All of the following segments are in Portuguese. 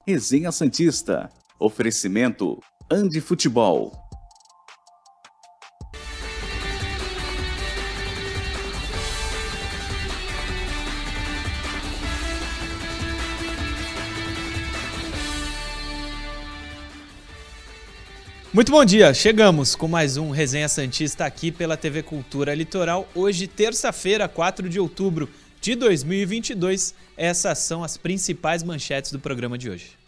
Resenha Santista. Oferecimento Andi Futebol. Muito bom dia, chegamos com mais um Resenha Santista aqui pela TV Cultura Litoral. Hoje, terça-feira, 4 de outubro de 2022. Essas são as principais manchetes do programa de hoje.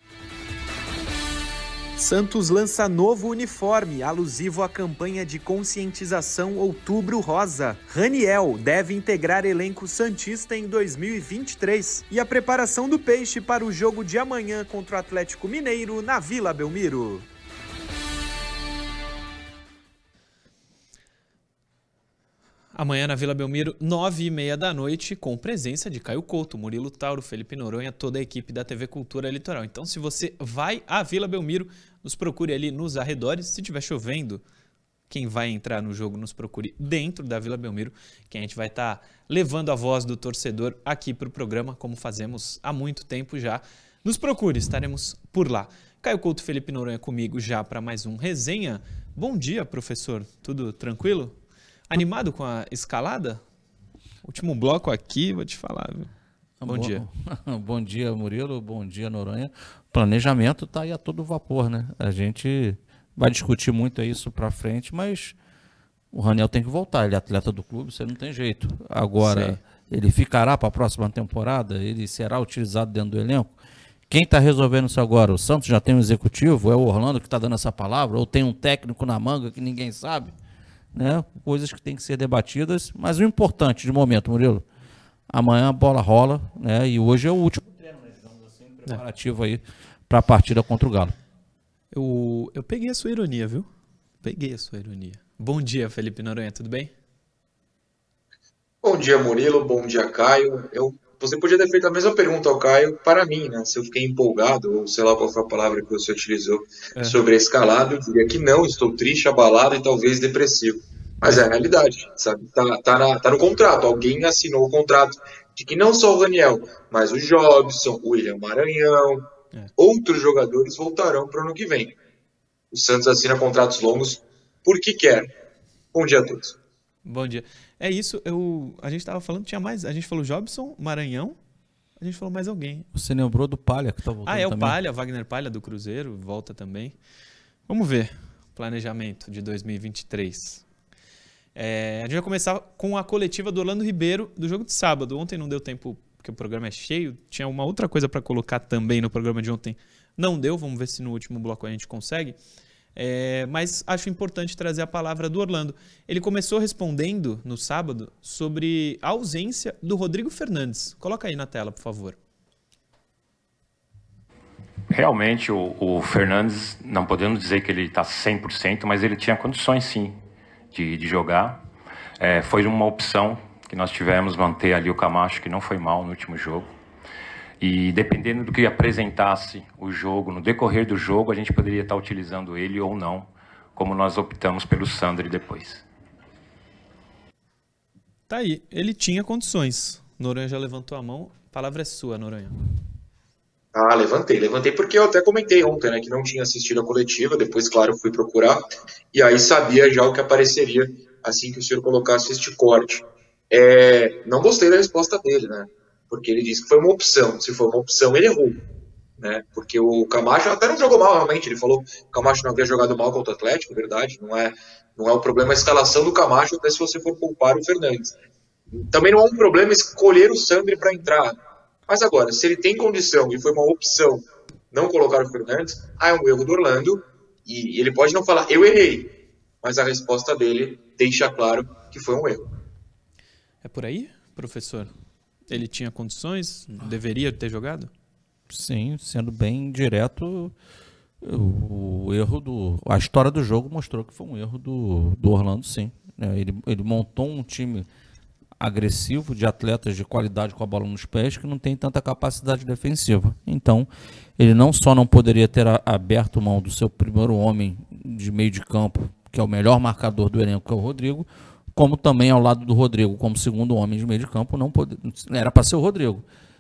Santos lança novo uniforme, alusivo à campanha de conscientização Outubro Rosa. Raniel deve integrar elenco santista em 2023. E a preparação do Peixe para o jogo de amanhã contra o Atlético Mineiro na Vila Belmiro. Amanhã na Vila Belmiro, 9h30 da noite, com presença de Caio Couto, Murilo Tauro, Felipe Noronha, toda a equipe da TV Cultura Litoral. Então, se você vai à Vila Belmiro, nos procure ali nos arredores. Se estiver chovendo, quem vai entrar no jogo, nos procure dentro da Vila Belmiro, que a gente vai estar levando a voz do torcedor aqui para o programa, como fazemos há muito tempo já. Nos procure, estaremos por lá. Caio Couto, Felipe Noronha comigo já para mais um Resenha. Bom dia, professor. Tudo tranquilo? Animado com a escalada? Último bloco aqui, vou te falar. Viu? Bom dia. Bom dia, Murilo. Bom dia, Noronha. Planejamento está aí a todo vapor, né? A gente vai discutir muito isso para frente, mas o Raniel tem que voltar. Ele é atleta do clube, você não tem jeito. Agora, ele ficará para a próxima temporada? Ele será utilizado dentro do elenco? Quem está resolvendo isso agora? O Santos já tem um executivo? É o Orlando que está dando essa palavra? Ou tem um técnico na manga que ninguém sabe? Né? Coisas que têm que ser debatidas, mas o importante de momento, Murilo, amanhã a bola rola, né? E hoje é o último treino, né? Digamos assim, preparativo aí para a partida contra o Galo. Eu peguei a sua ironia, viu? Peguei a sua ironia. Bom dia, Felipe Noronha, tudo bem? Bom dia, Murilo, bom dia, Caio. Você podia ter feito a mesma pergunta ao Caio para mim, né? Se eu fiquei empolgado, ou sei lá qual foi a palavra que você utilizou sobre a escalada, eu diria que não, estou triste, abalado e talvez depressivo. Mas é a realidade, sabe? Tá no contrato. Alguém assinou o contrato de que não só o Raniel, mas o Jobson, o William Maranhão, outros jogadores voltarão para o ano que vem. O Santos assina contratos longos porque quer. Bom dia a todos. Bom dia. É isso, a gente estava falando, tinha mais, a gente falou Jobson, Maranhão, a gente falou mais alguém. Você lembrou do Palha que está voltando também? O Palha, Wagner Palha do Cruzeiro, volta também. Vamos ver, planejamento de 2023. A gente vai começar com a coletiva do Orlando Ribeiro do jogo de sábado. Ontem não deu tempo, porque o programa é cheio, tinha uma outra coisa para colocar também no programa de ontem. Não deu, vamos ver se no último bloco a gente consegue. Mas acho importante trazer a palavra do Orlando. Ele começou respondendo no sábado sobre a ausência do Rodrigo Fernandes. Coloca aí na tela, por favor. Realmente o Fernandes, não podemos dizer que ele está 100%, mas ele tinha condições sim de jogar. Foi uma opção que nós tivemos, manter ali o Camacho, que não foi mal no último jogo. E dependendo do que apresentasse o jogo, no decorrer do jogo, a gente poderia estar utilizando ele ou não, como nós optamos pelo Sandri depois. Tá aí, ele tinha condições. Noronha já levantou a mão, a palavra é sua, Noronha. Levantei porque eu até comentei ontem, né, que não tinha assistido a coletiva, depois, claro, fui procurar, e aí sabia já o que apareceria assim que o senhor colocasse este corte. Não gostei da resposta dele, né? Porque ele disse que foi uma opção. Se foi uma opção, ele errou, né? Porque o Camacho até não jogou mal, realmente. Ele falou que o Camacho não havia jogado mal contra o Atlético, verdade. Não é o problema a escalação do Camacho, até se você for poupar o Fernandes. Também não é um problema escolher o Sandri para entrar. Mas agora, se ele tem condição e foi uma opção não colocar o Fernandes, é um erro do Orlando. E ele pode não falar, eu errei. Mas a resposta dele deixa claro que foi um erro. É por aí, professor? Ele tinha condições? Deveria ter jogado? Sim, sendo bem direto, o erro a história do jogo mostrou que foi um erro do Orlando, sim. Ele montou um time agressivo de atletas de qualidade com a bola nos pés que não tem tanta capacidade defensiva. Então, ele não só não poderia ter aberto mão do seu primeiro homem de meio de campo, que é o melhor marcador do elenco, que é o Rodrigo, como também ao lado do Rodrigo, como segundo homem de meio de campo, não era para ser o Rodrigo.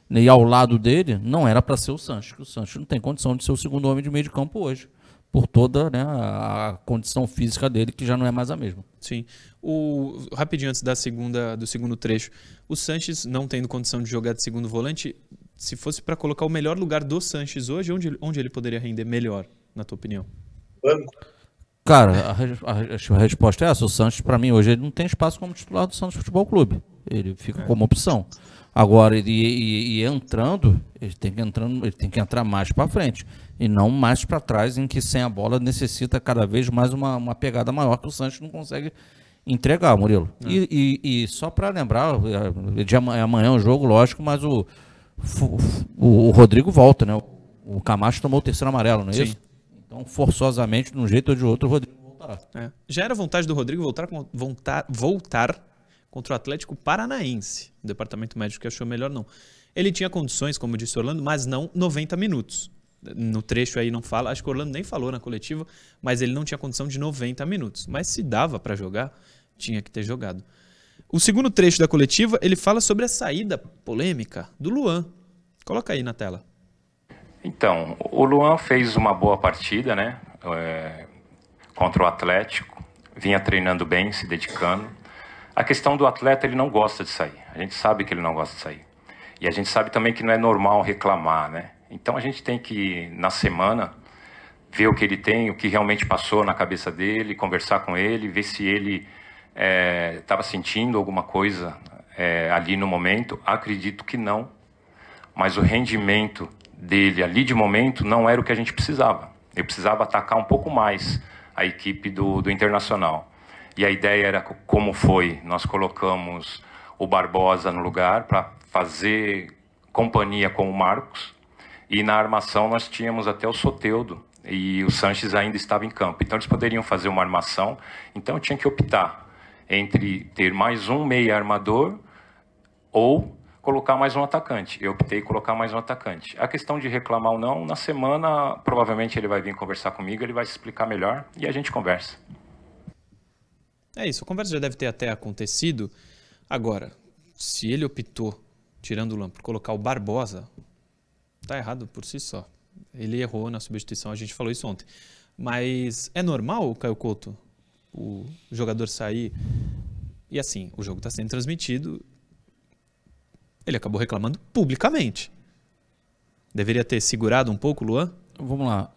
E ao lado dele, não era para ser o Sanches, que o Sanches não tem condição de ser o segundo homem de meio de campo hoje, por toda, né, a condição física dele, que já não é mais a mesma. Sim. Rapidinho antes do segundo trecho, o Sanches não tendo condição de jogar de segundo volante, se fosse para colocar o melhor lugar do Sanches hoje, onde ele poderia render melhor, na tua opinião? Banco. Cara, a resposta é essa. O Sanches, para mim, hoje ele não tem espaço como titular do Santos Futebol Clube. Ele fica como opção. Agora, ele entrando, ele tem que entrar mais para frente e não mais para trás, em que sem a bola necessita cada vez mais uma pegada maior que o Sanches não consegue entregar, Murilo. E só para lembrar, amanhã é um jogo, lógico, mas o Rodrigo volta, né? O Camacho tomou o terceiro amarelo, não é isso? Então, forçosamente, de um jeito ou de outro, o Rodrigo voltará. Já era vontade do Rodrigo voltar contra o Atlético Paranaense. O departamento médico achou melhor não. Ele tinha condições, como disse o Orlando, mas não 90 minutos. No trecho aí não fala, acho que o Orlando nem falou na coletiva, mas ele não tinha condição de 90 minutos. Mas se dava para jogar, tinha que ter jogado. O segundo trecho da coletiva, ele fala sobre a saída polêmica do Luan. Coloca aí na tela. Então, o Luan fez uma boa partida, né? Contra o Atlético. Vinha treinando bem, se dedicando. A questão do atleta, ele não gosta de sair. A gente sabe que ele não gosta de sair. E a gente sabe também que não é normal reclamar, né? Então a gente tem que, na semana, ver o que ele tem, o que realmente passou na cabeça dele, conversar com ele, ver se ele estava sentindo alguma coisa ali no momento. Acredito que não. Mas o rendimento dele ali de momento não era o que a gente precisava. Eu precisava atacar um pouco mais a equipe do Internacional. E a ideia era como foi. Nós colocamos o Barbosa no lugar para fazer companhia com o Marcos. E na armação nós tínhamos até o Soteldo. E o Sanches ainda estava em campo. Então eles poderiam fazer uma armação. Então eu tinha que optar entre ter mais um meia armador ou colocar mais um atacante. Eu optei em colocar mais um atacante. A questão de reclamar ou não, na semana, provavelmente ele vai vir conversar comigo, ele vai se explicar melhor e a gente conversa. É isso, a conversa já deve ter até acontecido. Agora, se ele optou, tirando o Luan, por colocar o Barbosa, tá errado por si só. Ele errou na substituição, a gente falou isso ontem. Mas é normal, Caio Couto, o jogador sair? E assim, o jogo está sendo transmitido. Ele acabou reclamando publicamente. Deveria ter segurado um pouco o Luan? Vamos lá.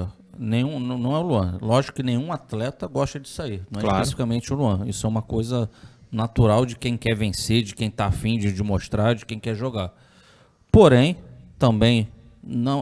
Não é o Luan. Lógico que nenhum atleta gosta de sair. Não é especificamente o Luan. Isso é uma coisa natural de quem quer vencer, de quem está afim de mostrar, de quem quer jogar. Porém, também não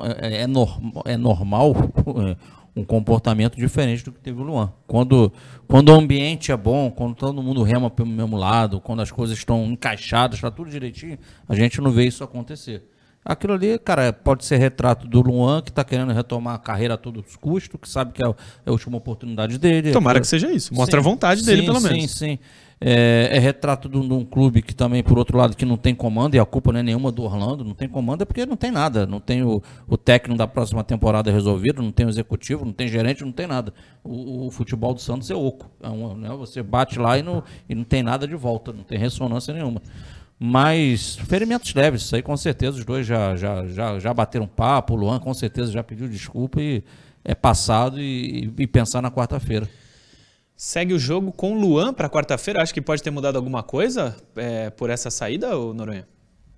é normal um comportamento diferente do que teve o Luan. Quando o ambiente é bom, quando todo mundo rema pelo mesmo lado, quando as coisas estão encaixadas, está tudo direitinho, a gente não vê isso acontecer. Aquilo ali, cara, pode ser retrato do Luan, que está querendo retomar a carreira a todos custos, que sabe que é a última oportunidade dele. Tomara que seja isso. Mostra a vontade dele, pelo menos. Sim. É retrato de um clube que também, por outro lado, que não tem comando, e a culpa não é nenhuma do Orlando, não tem comando é porque não tem nada, não tem o técnico da próxima temporada resolvido, não tem o executivo, não tem gerente, não tem nada. O futebol do Santos é oco, né? Você bate lá e não tem nada de volta, não tem ressonância nenhuma. Mas ferimentos leves, isso aí com certeza os dois já bateram papo, o Luan com certeza já pediu desculpa e é passado e pensar na quarta-feira. Segue o jogo com o Luan para quarta-feira. Acho que pode ter mudado alguma coisa por essa saída, ou Noronha?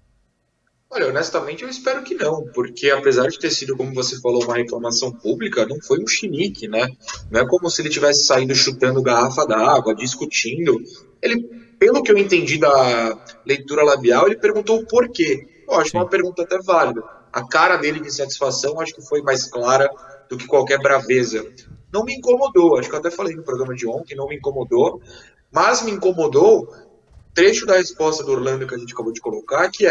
Olha, honestamente eu espero que não, porque apesar de ter sido, como você falou, uma reclamação pública, não foi um chinique, né? Não é como se ele tivesse saído chutando garrafa d'água, discutindo. Ele, pelo que eu entendi da leitura labial, ele perguntou o porquê. Eu acho que é uma pergunta até válida. A cara dele de satisfação acho que foi mais clara do que qualquer braveza. Não me incomodou, acho que eu até falei no programa de ontem, não me incomodou, mas me incomodou trecho da resposta do Orlando que a gente acabou de colocar, que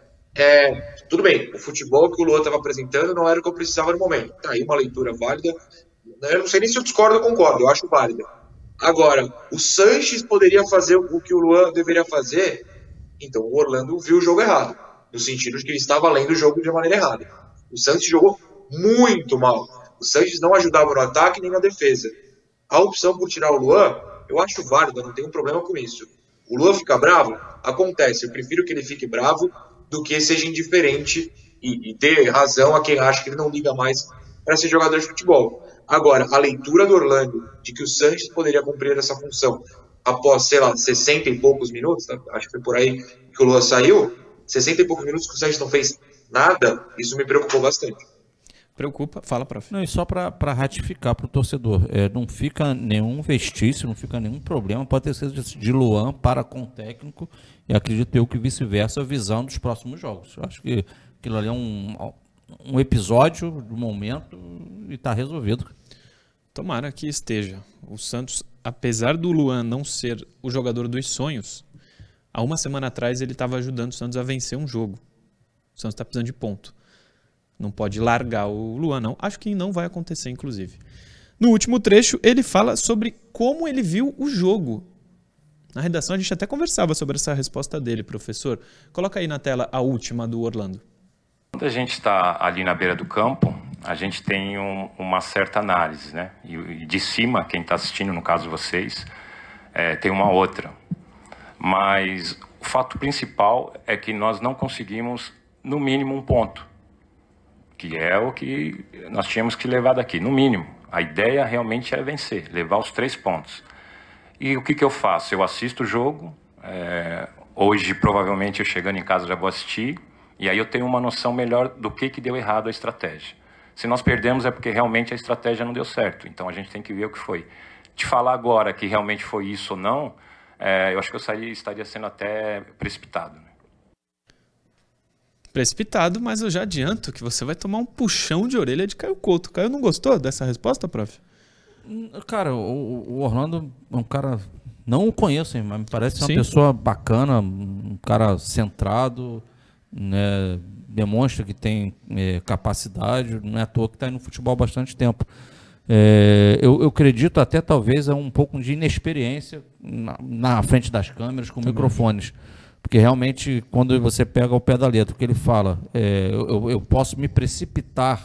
tudo bem, o futebol que o Luan estava apresentando não era o que eu precisava no momento. Tá aí uma leitura válida, eu não sei nem se eu discordo ou concordo, eu acho válida. Agora, o Sanches poderia fazer o que o Luan deveria fazer, então o Orlando viu o jogo errado, no sentido de que ele estava lendo o jogo de maneira errada. O Sanches jogou muito mal. O Sanches não ajudava no ataque nem na defesa. A opção por tirar o Luan, eu acho válida, não tenho problema com isso. O Luan fica bravo? Acontece, eu prefiro que ele fique bravo do que seja indiferente e dê razão a quem acha que ele não liga mais para ser jogador de futebol. Agora, a leitura do Orlando de que o Sanches poderia cumprir essa função após, sei lá, 60 e poucos minutos, tá? Acho que foi por aí que o Luan saiu, 60 e poucos minutos que o Sanches não fez nada, isso me preocupou bastante. Preocupa? Fala, prof. Não, e só para ratificar para o torcedor, não fica nenhum vestício, não fica nenhum problema, pode ter sido de Luan para com o técnico, e acredito eu que vice-versa, visando os próximos jogos. Eu acho que aquilo ali é um episódio do momento e está resolvido. Tomara que esteja. O Santos, apesar do Luan não ser o jogador dos sonhos, há uma semana atrás ele estava ajudando o Santos a vencer um jogo. O Santos está precisando de ponto. Não pode largar o Luan, não. Acho que não vai acontecer, inclusive. No último trecho, ele fala sobre como ele viu o jogo. Na redação, a gente até conversava sobre essa resposta dele, professor. Coloca aí na tela a última do Orlando. Quando a gente está ali na beira do campo, a gente tem uma certa análise, né? E de cima, quem está assistindo, no caso vocês, tem uma outra. Mas o fato principal é que nós não conseguimos, no mínimo, um ponto. Que é o que nós tínhamos que levar daqui, no mínimo. A ideia realmente é vencer, levar os 3 pontos. E o que eu faço? Eu assisto o jogo, hoje provavelmente eu chegando em casa já vou assistir, e aí eu tenho uma noção melhor do que deu errado a estratégia. Se nós perdemos é porque realmente a estratégia não deu certo, então a gente tem que ver o que foi. Te falar agora que realmente foi isso ou não, eu acho que eu estaria sendo até precipitado. Precipitado, mas eu já adianto que você vai tomar um puxão de orelha de Caio Couto. Caio não gostou dessa resposta, prof? Cara, o Orlando é um cara... Não o conheço, mas me parece uma Sim. pessoa bacana, um cara centrado, né, demonstra que tem capacidade, não é à toa que está aí no futebol há bastante tempo. Eu acredito até talvez um pouco de inexperiência na frente das câmeras com microfones. Porque realmente, quando você pega o pé da letra, o que ele fala, eu posso me precipitar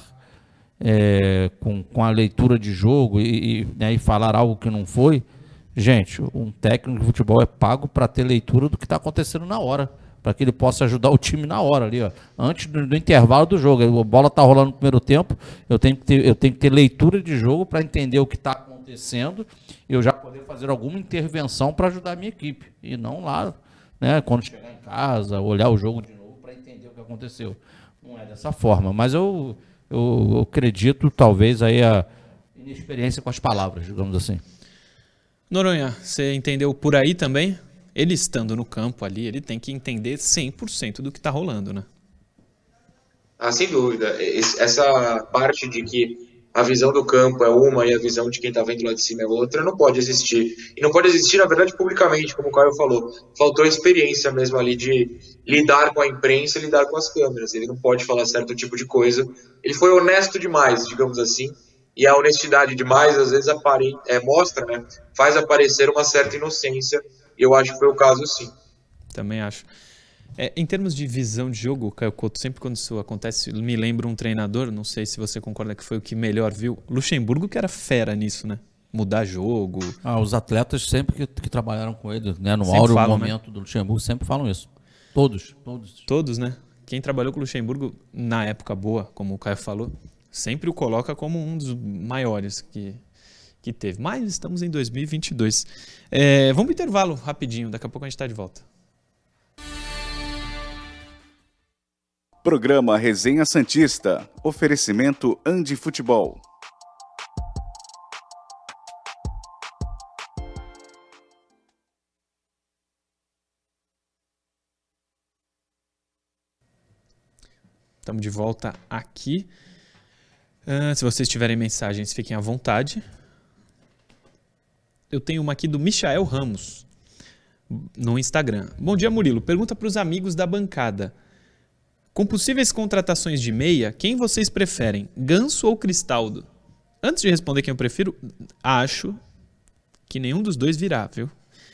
com a leitura de jogo e falar algo que não foi. Gente, um técnico de futebol é pago para ter leitura do que está acontecendo na hora, para que ele possa ajudar o time na hora ali, ó, antes do intervalo do jogo. A bola está rolando no primeiro tempo, eu tenho que ter leitura de jogo para entender o que está acontecendo e eu já poder fazer alguma intervenção para ajudar a minha equipe, e não lá, né, quando chegar em casa, olhar o jogo de novo para entender o que aconteceu. Não é dessa forma, mas eu acredito talvez aí a inexperiência com as palavras, digamos assim. Noronha, você entendeu por aí também? Ele estando no campo ali, ele tem que entender 100% do que está rolando, né? Sem dúvida. Essa parte de que a visão do campo é uma e a visão de quem está vendo lá de cima é outra, não pode existir. E não pode existir, na verdade, publicamente, como o Caio falou. Faltou experiência mesmo ali de lidar com a imprensa e lidar com as câmeras. Ele não pode falar certo tipo de coisa. Ele foi honesto demais, digamos assim. E a honestidade demais, às vezes, mostra, né? Faz aparecer uma certa inocência. E eu acho que foi o caso, sim. Também acho. Em termos de visão de jogo, Caio Couto, sempre quando isso acontece, me lembra um treinador, não sei se você concorda que foi o que melhor viu, Luxemburgo, que era fera nisso, né? Mudar jogo. Os atletas sempre que trabalharam com ele, né, no Sempre áureo falam, momento, né, do Luxemburgo, sempre falam isso. Todos, né? Quem trabalhou com o Luxemburgo na época boa, como o Caio falou, sempre o coloca como um dos maiores que teve. Mas estamos em 2022. Vamos para o intervalo rapidinho, daqui a pouco a gente está de volta. Programa Resenha Santista. Oferecimento Andi Futebol. Estamos de volta aqui. Se vocês tiverem mensagens, fiquem à vontade. Eu tenho uma aqui do Michael Ramos, no Instagram. Bom dia, Murilo. Pergunta para os amigos da bancada. Com possíveis contratações de meia, quem vocês preferem, Ganso ou Cristaldo? Antes de responder quem eu prefiro, acho que nenhum dos dois virá, viu?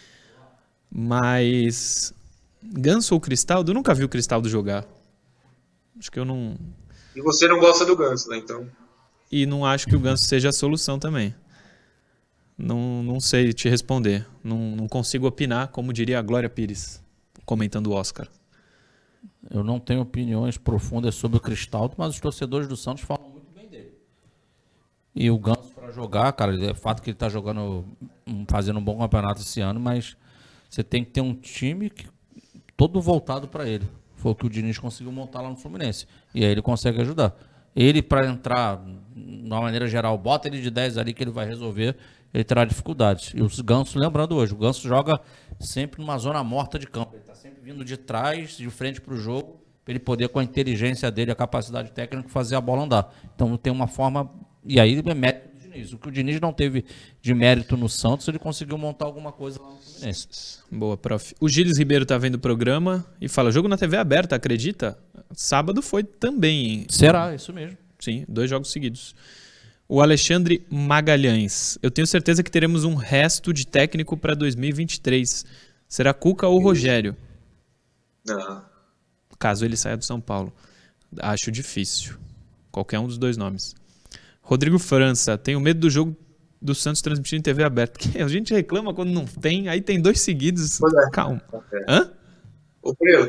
Mas Ganso ou Cristaldo? Eu nunca vi o Cristaldo jogar. Acho que eu não... E você não gosta do Ganso, né? Então... E não acho que o Ganso seja a solução também. Não sei te responder. Não consigo opinar, como diria a Glória Pires, comentando o Oscar. Eu não tenho opiniões profundas sobre o Cristaldo, mas os torcedores do Santos falam muito bem dele. E o Ganso para jogar, cara, é fato que ele está jogando, fazendo um bom campeonato esse ano, mas você tem que ter um time todo voltado para ele. Foi o que o Diniz conseguiu montar lá no Fluminense. E aí ele consegue ajudar. Ele, para entrar, de uma maneira geral, bota ele de 10 ali que ele vai resolver, ele terá dificuldades. E o Ganso, lembrando hoje, o Ganso joga sempre numa zona morta de campo. Ele está sempre vindo de trás, de frente para o jogo, para ele poder, com a inteligência dele, a capacidade técnica, fazer a bola andar. Então tem uma forma... E aí é mérito do Diniz. O que o Diniz não teve de mérito no Santos, ele conseguiu montar alguma coisa lá no Fluminense. Boa, prof. O Gilles Ribeiro tá vendo o programa e fala, jogo na TV aberta, acredita? Sábado foi também. Será, isso mesmo. Sim, 2 jogos seguidos. O Alexandre Magalhães. Eu tenho certeza que teremos um resto de técnico para 2023. Será Cuca ou Rogério? Não. Caso ele saia do São Paulo. Acho difícil. Qualquer um dos 2 nomes. Rodrigo França. Tenho medo do jogo do Santos transmitido em TV aberta. A gente reclama quando não tem, aí tem 2 seguidos. Calma. Hã? Ô, Pedro.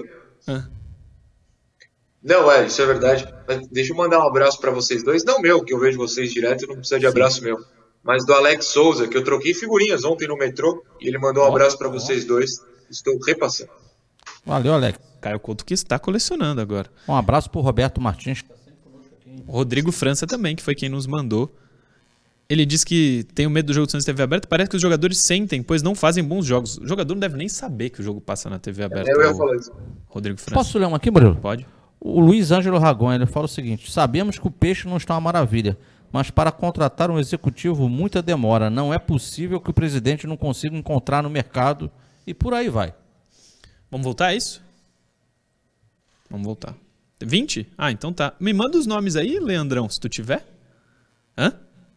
Não, isso é verdade. Mas deixa eu mandar um abraço para vocês dois. Não meu, que eu vejo vocês direto, não precisa de abraço meu. Mas do Alex Souza, que eu troquei figurinhas ontem no metrô. E ele mandou um abraço para vocês dois. Estou repassando. Valeu, Alex. Caio Couto que está colecionando agora. Um abraço pro Roberto Martins. Rodrigo França também, que foi quem nos mandou. Ele diz que tem o medo do jogo do Santos TV aberta. Parece que os jogadores sentem, pois não fazem bons jogos. O jogador não deve nem saber que o jogo passa na TV aberta. Eu ia falar isso. Rodrigo França. Posso ler uma aqui, Murilo? Pode. O Luiz Ângelo Ragon, ele fala o seguinte: sabemos que o peixe não está uma maravilha, mas para contratar um executivo, muita demora. Não é possível que o presidente não consiga encontrar no mercado e por aí vai. Vamos voltar a isso? Vamos voltar. 20? Ah, então tá. Me manda os nomes aí, Leandrão, se tu tiver. Hã?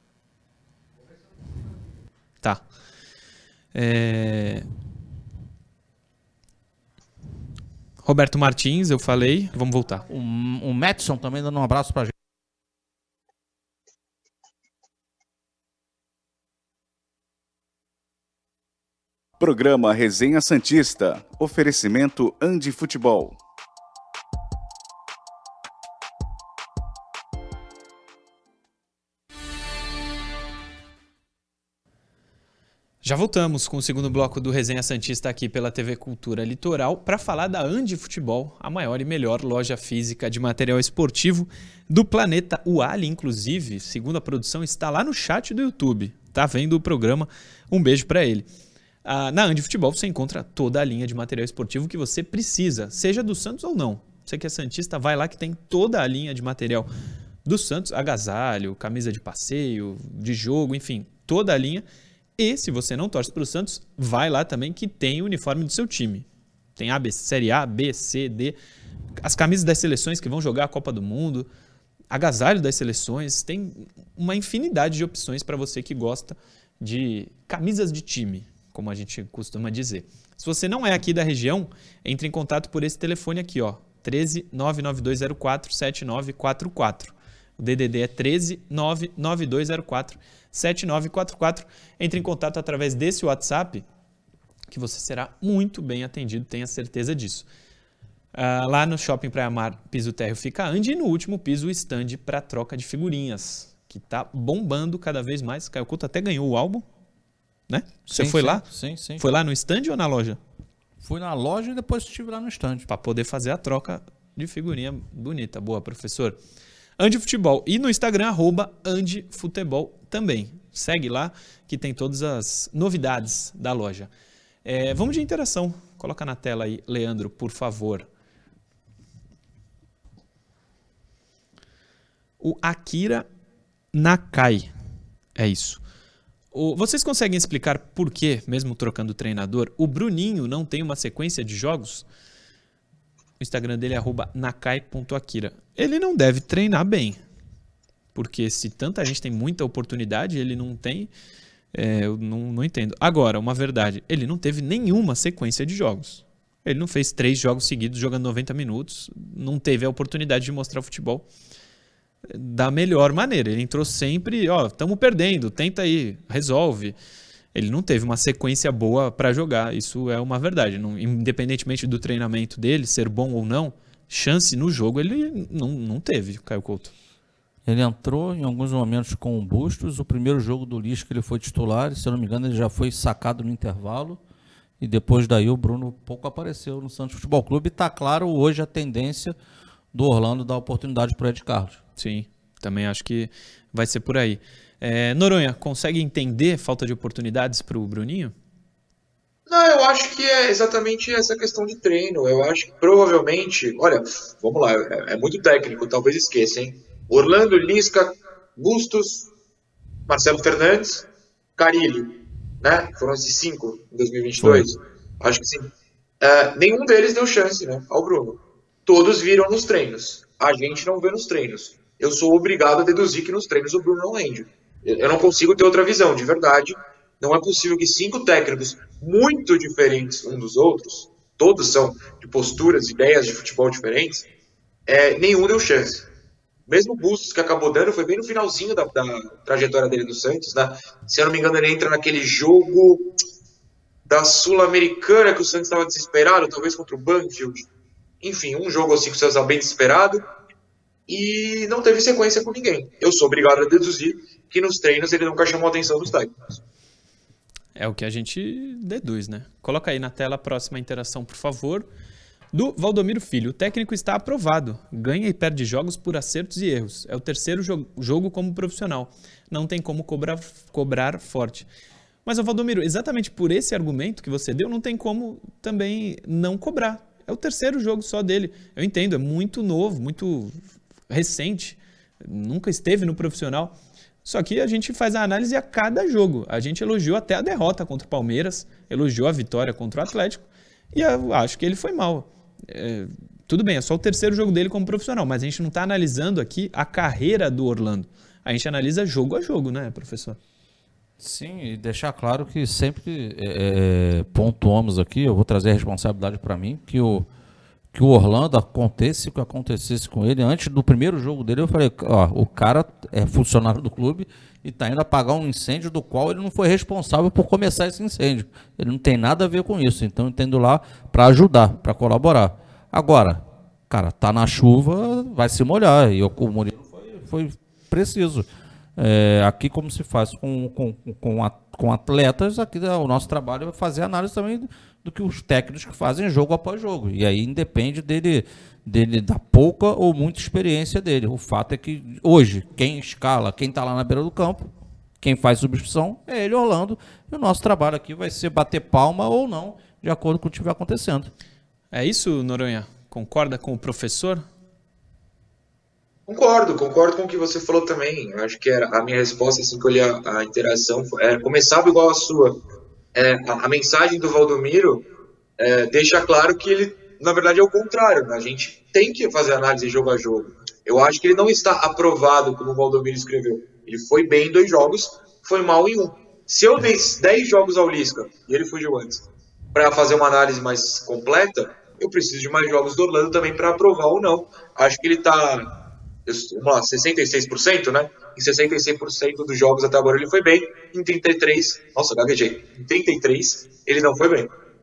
Tá. Roberto Martins, eu falei. Vamos voltar. O Madison também dando um abraço pra gente. Programa Resenha Santista. Oferecimento Andi Futebol. Já voltamos com o segundo bloco do Resenha Santista aqui pela TV Cultura Litoral para falar da Andi Futebol, a maior e melhor loja física de material esportivo do planeta. O Ali, inclusive, segundo a produção, está lá no chat do YouTube. Tá vendo o programa? Um beijo para ele. Na Andi Futebol você encontra toda a linha de material esportivo que você precisa, seja do Santos ou não. Você que é santista, vai lá que tem toda a linha de material do Santos, agasalho, camisa de passeio, de jogo, enfim, toda a linha. E se você não torce para o Santos, vai lá também que tem o uniforme do seu time. Tem Série A, B, C, D, as camisas das seleções que vão jogar a Copa do Mundo, agasalho das seleções, tem uma infinidade de opções para você que gosta de camisas de time, como a gente costuma dizer. Se você não é aqui da região, entre em contato por esse telefone aqui, ó, 13 99204 7944. O DDD é 13 99204 7944. Entre em contato através desse WhatsApp que você será muito bem atendido, tenha certeza disso. Lá no Shopping Praia Mar, piso térreo fica a Andi e no último piso o stand para troca de figurinhas, que está bombando cada vez mais. Caio Couto até ganhou o álbum, né? Você foi lá? Sim. Foi lá no stand ou na loja? Fui na loja e depois estive lá no stand. Para poder fazer a troca de figurinha bonita. Boa, professor. Andi Futebol. E no Instagram, @AndiFutebol também. Segue lá que tem todas as novidades da loja. Vamos de interação. Coloca na tela aí, Leandro, por favor. O Akira Nakai. É isso. Vocês conseguem explicar por que, mesmo trocando o treinador, o Bruninho não tem uma sequência de jogos? O Instagram dele é @nakai.akira. Ele não deve treinar bem. Porque se tanta gente tem muita oportunidade, ele não tem... eu não entendo. Agora, uma verdade. Ele não teve nenhuma sequência de jogos. Ele não fez 3 jogos seguidos jogando 90 minutos. Não teve a oportunidade de mostrar o futebol da melhor maneira. Ele entrou sempre... estamos perdendo, tenta aí, resolve. Ele não teve uma sequência boa para jogar, isso é uma verdade. Independentemente do treinamento dele, ser bom ou não, chance no jogo ele não teve, Caio Couto. Ele entrou em alguns momentos com o Bustos. O primeiro jogo do Lisca ele foi titular, e, se eu não me engano ele já foi sacado no intervalo. E depois daí o Bruno pouco apareceu no Santos Futebol Clube. E está claro hoje a tendência do Orlando dar oportunidade para o Ed Carlos. Sim, também acho que vai ser por aí. Noronha, consegue entender falta de oportunidades para o Bruninho? Não, eu acho que é exatamente essa questão de treino. Eu acho que provavelmente, olha, vamos lá, é muito técnico, talvez esqueça, hein? Orlando, Lisca, Bustos, Marcelo Fernandes, Carille, né? Foram esses 5 em 2022. Acho que sim. Nenhum deles deu chance, né, ao Bruno. Todos viram nos treinos. A gente não vê nos treinos. Eu sou obrigado a deduzir que nos treinos o Bruno não rende. Eu não consigo ter outra visão, de verdade. Não é possível que 5 técnicos muito diferentes um dos outros, todos são de posturas, ideias de futebol diferentes, nenhum deu chance. Mesmo o Bustos, que acabou dando, foi bem no finalzinho da trajetória dele no Santos, né? Se eu não me engano, ele entra naquele jogo da Sul-Americana que o Santos estava desesperado, talvez contra o Banfield. Enfim, um jogo assim que o Santos estava bem desesperado e não teve sequência com ninguém. Eu sou obrigado a deduzir que nos treinos ele nunca chamou a atenção dos técnicos. É o que a gente deduz, né? Coloca aí na tela a próxima interação, por favor. Do Valdomiro Filho. O técnico está aprovado. Ganha e perde jogos por acertos e erros. É o terceiro jogo como profissional. Não tem como cobrar forte. Mas, Valdomiro, exatamente por esse argumento que você deu, não tem como também não cobrar. É o terceiro jogo só dele. Eu entendo, é muito novo, muito recente. Nunca esteve no profissional. Só que a gente faz a análise a cada jogo. A gente elogiou até a derrota contra o Palmeiras, elogiou a vitória contra o Atlético, e eu acho que ele foi mal. Tudo bem, é só o terceiro jogo dele como profissional, mas a gente não está analisando aqui a carreira do Orlando. A gente analisa jogo a jogo, né, professor? Sim, e deixar claro que sempre que pontuamos aqui, eu vou trazer a responsabilidade para mim, que o Orlando acontecesse o que acontecesse com ele, antes do primeiro jogo dele, eu falei, o cara é funcionário do clube e está indo apagar um incêndio do qual ele não foi responsável por começar esse incêndio. Ele não tem nada a ver com isso, então eu entendo lá para ajudar, para colaborar. Agora, cara, tá na chuva, vai se molhar, e o Murilo foi preciso. Aqui, como se faz com atletas, aqui o nosso trabalho é fazer análise também do que os técnicos fazem jogo após jogo. E aí independe dele da pouca ou muita experiência dele. O fato é que hoje, quem escala, quem está lá na beira do campo, quem faz substituição é ele, Orlando. E o nosso trabalho aqui vai ser bater palma ou não, de acordo com o que estiver acontecendo. É isso, Noronha? Concorda com o professor? Concordo com o que você falou também. Eu acho que a minha resposta, assim que eu li a interação, começava igual a sua. A mensagem do Valdomiro deixa claro que ele, na verdade, é o contrário, né? A gente tem que fazer análise jogo a jogo. Eu acho que ele não está aprovado, como o Valdomiro escreveu. Ele foi bem em 2 jogos, foi mal em 1. Se eu dei 10 jogos ao Lisca, e ele fugiu antes, para fazer uma análise mais completa, eu preciso de mais jogos do Orlando também para aprovar ou não. Acho que ele está... Vamos lá, 66%, né? Em 66% dos jogos até agora ele foi bem. Em 33, nossa, gaguejei. Em 33, ele não foi bem.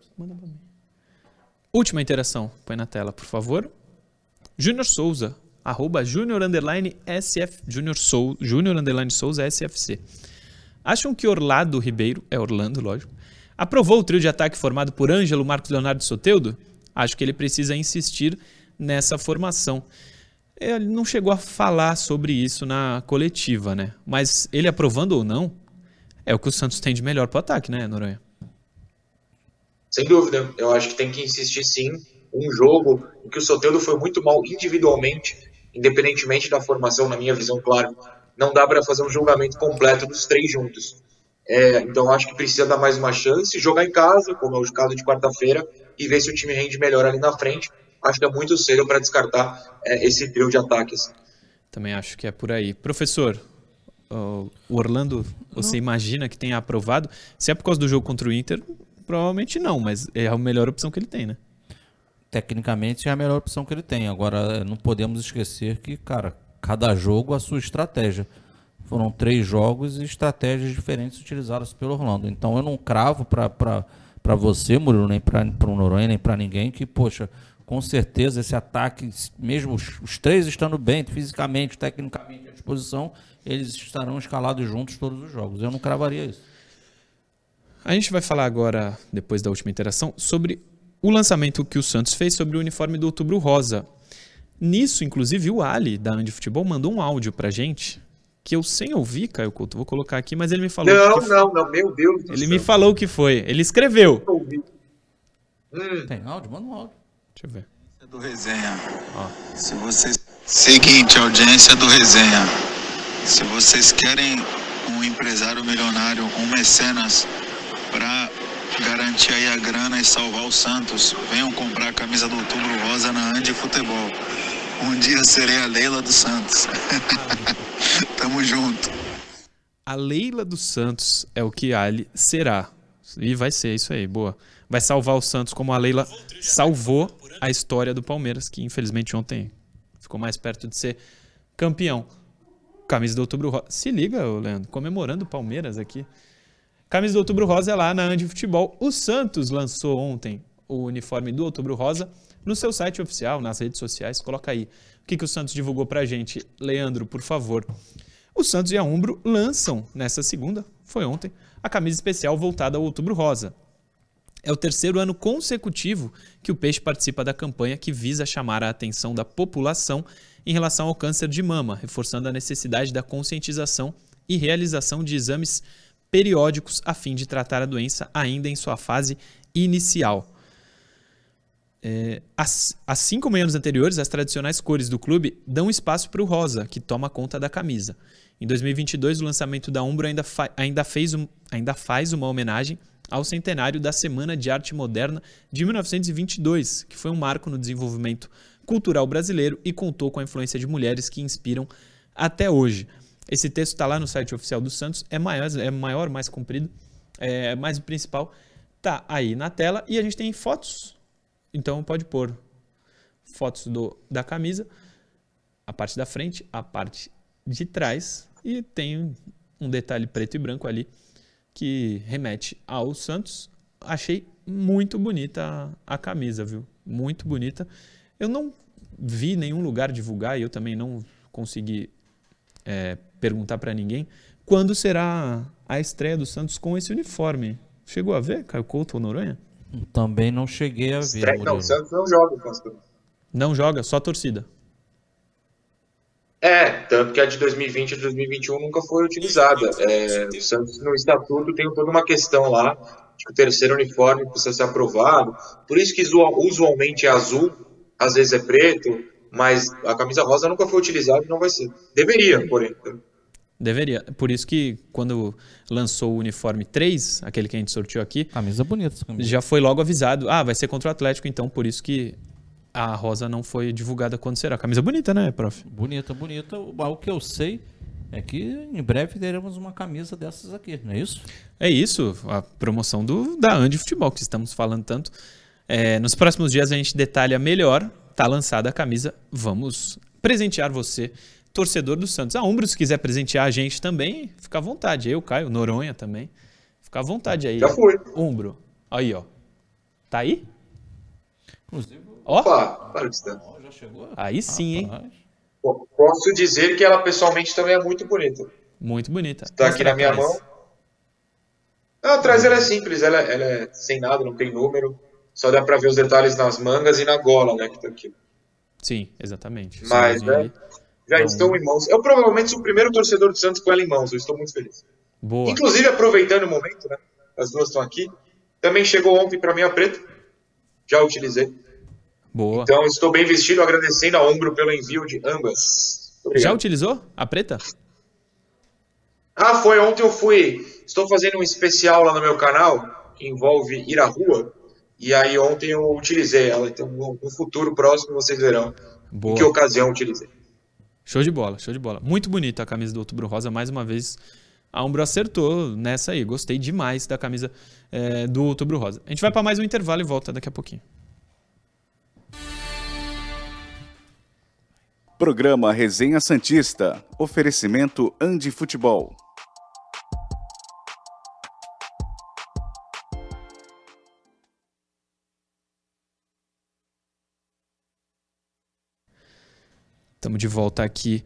Última interação, põe na tela, por favor. Júnior Souza, @Júnior_SF, Júnior_Souza SFC. Acham que Orlando Ribeiro, Orlando, lógico, aprovou o trio de ataque formado por Ângelo, Marcos Leonardo e Soteldo? Acho que ele precisa insistir nessa formação. Ele não chegou a falar sobre isso na coletiva, né? Mas ele aprovando ou não, é o que o Santos tem de melhor para o ataque, né, Noronha? Sem dúvida. Eu acho que tem que insistir sim. Um jogo em que o Soteldo foi muito mal individualmente, independentemente da formação, na minha visão, claro. Não dá para fazer um julgamento completo dos 3 juntos. Então acho que precisa dar mais uma chance, jogar em casa, como é o caso de quarta-feira, e ver se o time rende melhor ali na frente. Acho que é muito cedo para descartar esse trio de ataques. Também acho que é por aí. Professor, o Orlando, você imagina que tenha aprovado? Se é por causa do jogo contra o Inter, provavelmente não, mas é a melhor opção que ele tem, né? Tecnicamente é a melhor opção que ele tem. Agora, não podemos esquecer que, cara, cada jogo a sua estratégia. Foram 3 jogos e estratégias diferentes utilizadas pelo Orlando. Então eu não cravo para você, Murilo, nem para o Noronha, nem para ninguém, que, poxa, com certeza esse ataque, mesmo os três estando bem fisicamente, tecnicamente à disposição, eles estarão escalados juntos todos os jogos. Eu não cravaria isso. A gente vai falar agora, depois da última interação, sobre o lançamento que o Santos fez sobre o uniforme do Outubro Rosa. Nisso, inclusive, o Ali, da Andi Futebol, mandou um áudio pra gente, que eu sem ouvir, Caio Couto, vou colocar aqui, mas ele me falou Não, meu Deus do céu. Ele me falou o que foi. Ele escreveu. Tem áudio? Manda um áudio. Deixa eu ver. Do Resenha. Se vocês... Seguinte, audiência do Resenha. Se vocês querem um empresário milionário, um mecenas, para garantir aí a grana e salvar o Santos, venham comprar a camisa do Outubro Rosa na Andi Futebol. Um dia serei a Leila dos Santos. Tamo junto. A Leila dos Santos é o que Ali será. E vai ser isso aí, boa. Vai salvar o Santos como a Leila salvou a história do Palmeiras, que infelizmente ontem ficou mais perto de ser campeão. Camisa do Outubro Rosa. Se liga, Leandro, comemorando o Palmeiras aqui. Camisa do Outubro Rosa é lá na Andi Futebol. O Santos lançou ontem o uniforme do Outubro Rosa no seu site oficial, nas redes sociais. Coloca aí. O que o Santos divulgou pra gente? Leandro, por favor. O Santos e a Umbro lançam nessa segunda, foi ontem, a camisa especial voltada ao Outubro Rosa. É o terceiro ano consecutivo que o Peixe participa da campanha que visa chamar a atenção da população em relação ao câncer de mama, reforçando a necessidade da conscientização e realização de exames periódicos a fim de tratar a doença ainda em sua fase inicial. Assim como em anos anteriores, as tradicionais cores do clube dão espaço para o rosa, que toma conta da camisa. Em 2022, o lançamento da Umbro ainda faz uma homenagem ao centenário da Semana de Arte Moderna de 1922, que foi um marco no desenvolvimento cultural brasileiro e contou com a influência de mulheres que inspiram até hoje. Esse texto está lá no site oficial do Santos, é maior, mais comprido, mas o principal está aí na tela e a gente tem fotos, então pode pôr fotos da camisa, a parte da frente, a parte de trás e tem um detalhe preto e branco ali que remete ao Santos. Achei muito bonita a camisa, viu? Muito bonita. Eu não vi nenhum lugar divulgar e eu também não consegui perguntar para ninguém quando será a estreia do Santos com esse uniforme. Chegou a ver, Caio Couto ou Noronha? Também não cheguei a ver. Não, o Santos não joga, Pastor. Não joga, só a torcida. Tanto que a de 2020 e 2021 nunca foi utilizada. O Santos, no estatuto, tem toda uma questão lá de que o terceiro uniforme precisa ser aprovado. Por isso que usualmente é azul, às vezes é preto, mas a camisa rosa nunca foi utilizada e não vai ser. Deveria, porém. Deveria. Por isso que quando lançou o uniforme 3, aquele que a gente sorteou aqui, Camisa bonita essa camisa. Já foi logo avisado. Vai ser contra o Atlético, então por isso que a rosa não foi divulgada quando será. Camisa bonita, né, prof? Bonita. O que eu sei é que em breve teremos uma camisa dessas aqui, não é isso? É isso, a promoção da Andi Futebol, que estamos falando tanto. Nos próximos dias a gente detalha melhor. Tá lançada a camisa. Vamos presentear você, torcedor do Santos. A Umbro, se quiser presentear a gente também, fica à vontade. Eu, Caio, Noronha também. Fica à vontade aí. Já foi. Umbro. Aí, ó. Tá aí? Inclusive. Opa, claro que está. Já chegou? Aí sim, hein? Posso dizer que ela pessoalmente também é muito bonita. Muito bonita. Está aqui na minha mão. Atrás ela é simples, ela é sem nada, não tem número. Só dá pra ver os detalhes nas mangas e na gola, né, que tá aqui. Sim, exatamente. Mas, já estão em mãos. Eu provavelmente sou o primeiro torcedor do Santos com ela em mãos, eu estou muito feliz. Boa. Inclusive, aproveitando o momento, né, as duas estão aqui, também chegou ontem pra mim a preta, já utilizei. Boa. Então, estou bem vestido, agradecendo a Umbro pelo envio de ambas. Obrigado. Já utilizou a preta? Foi ontem estou fazendo um especial lá no meu canal, que envolve ir à rua, e aí ontem eu utilizei ela, então no futuro próximo vocês verão em que ocasião eu utilizei. Show de bola, show de bola. Muito bonita a camisa do Outubro Rosa, mais uma vez a Umbro acertou nessa aí, gostei demais da camisa do Outubro Rosa. A gente vai para mais um intervalo e volta daqui a pouquinho. Programa Resenha Santista. Oferecimento Andi Futebol. Estamos de volta aqui.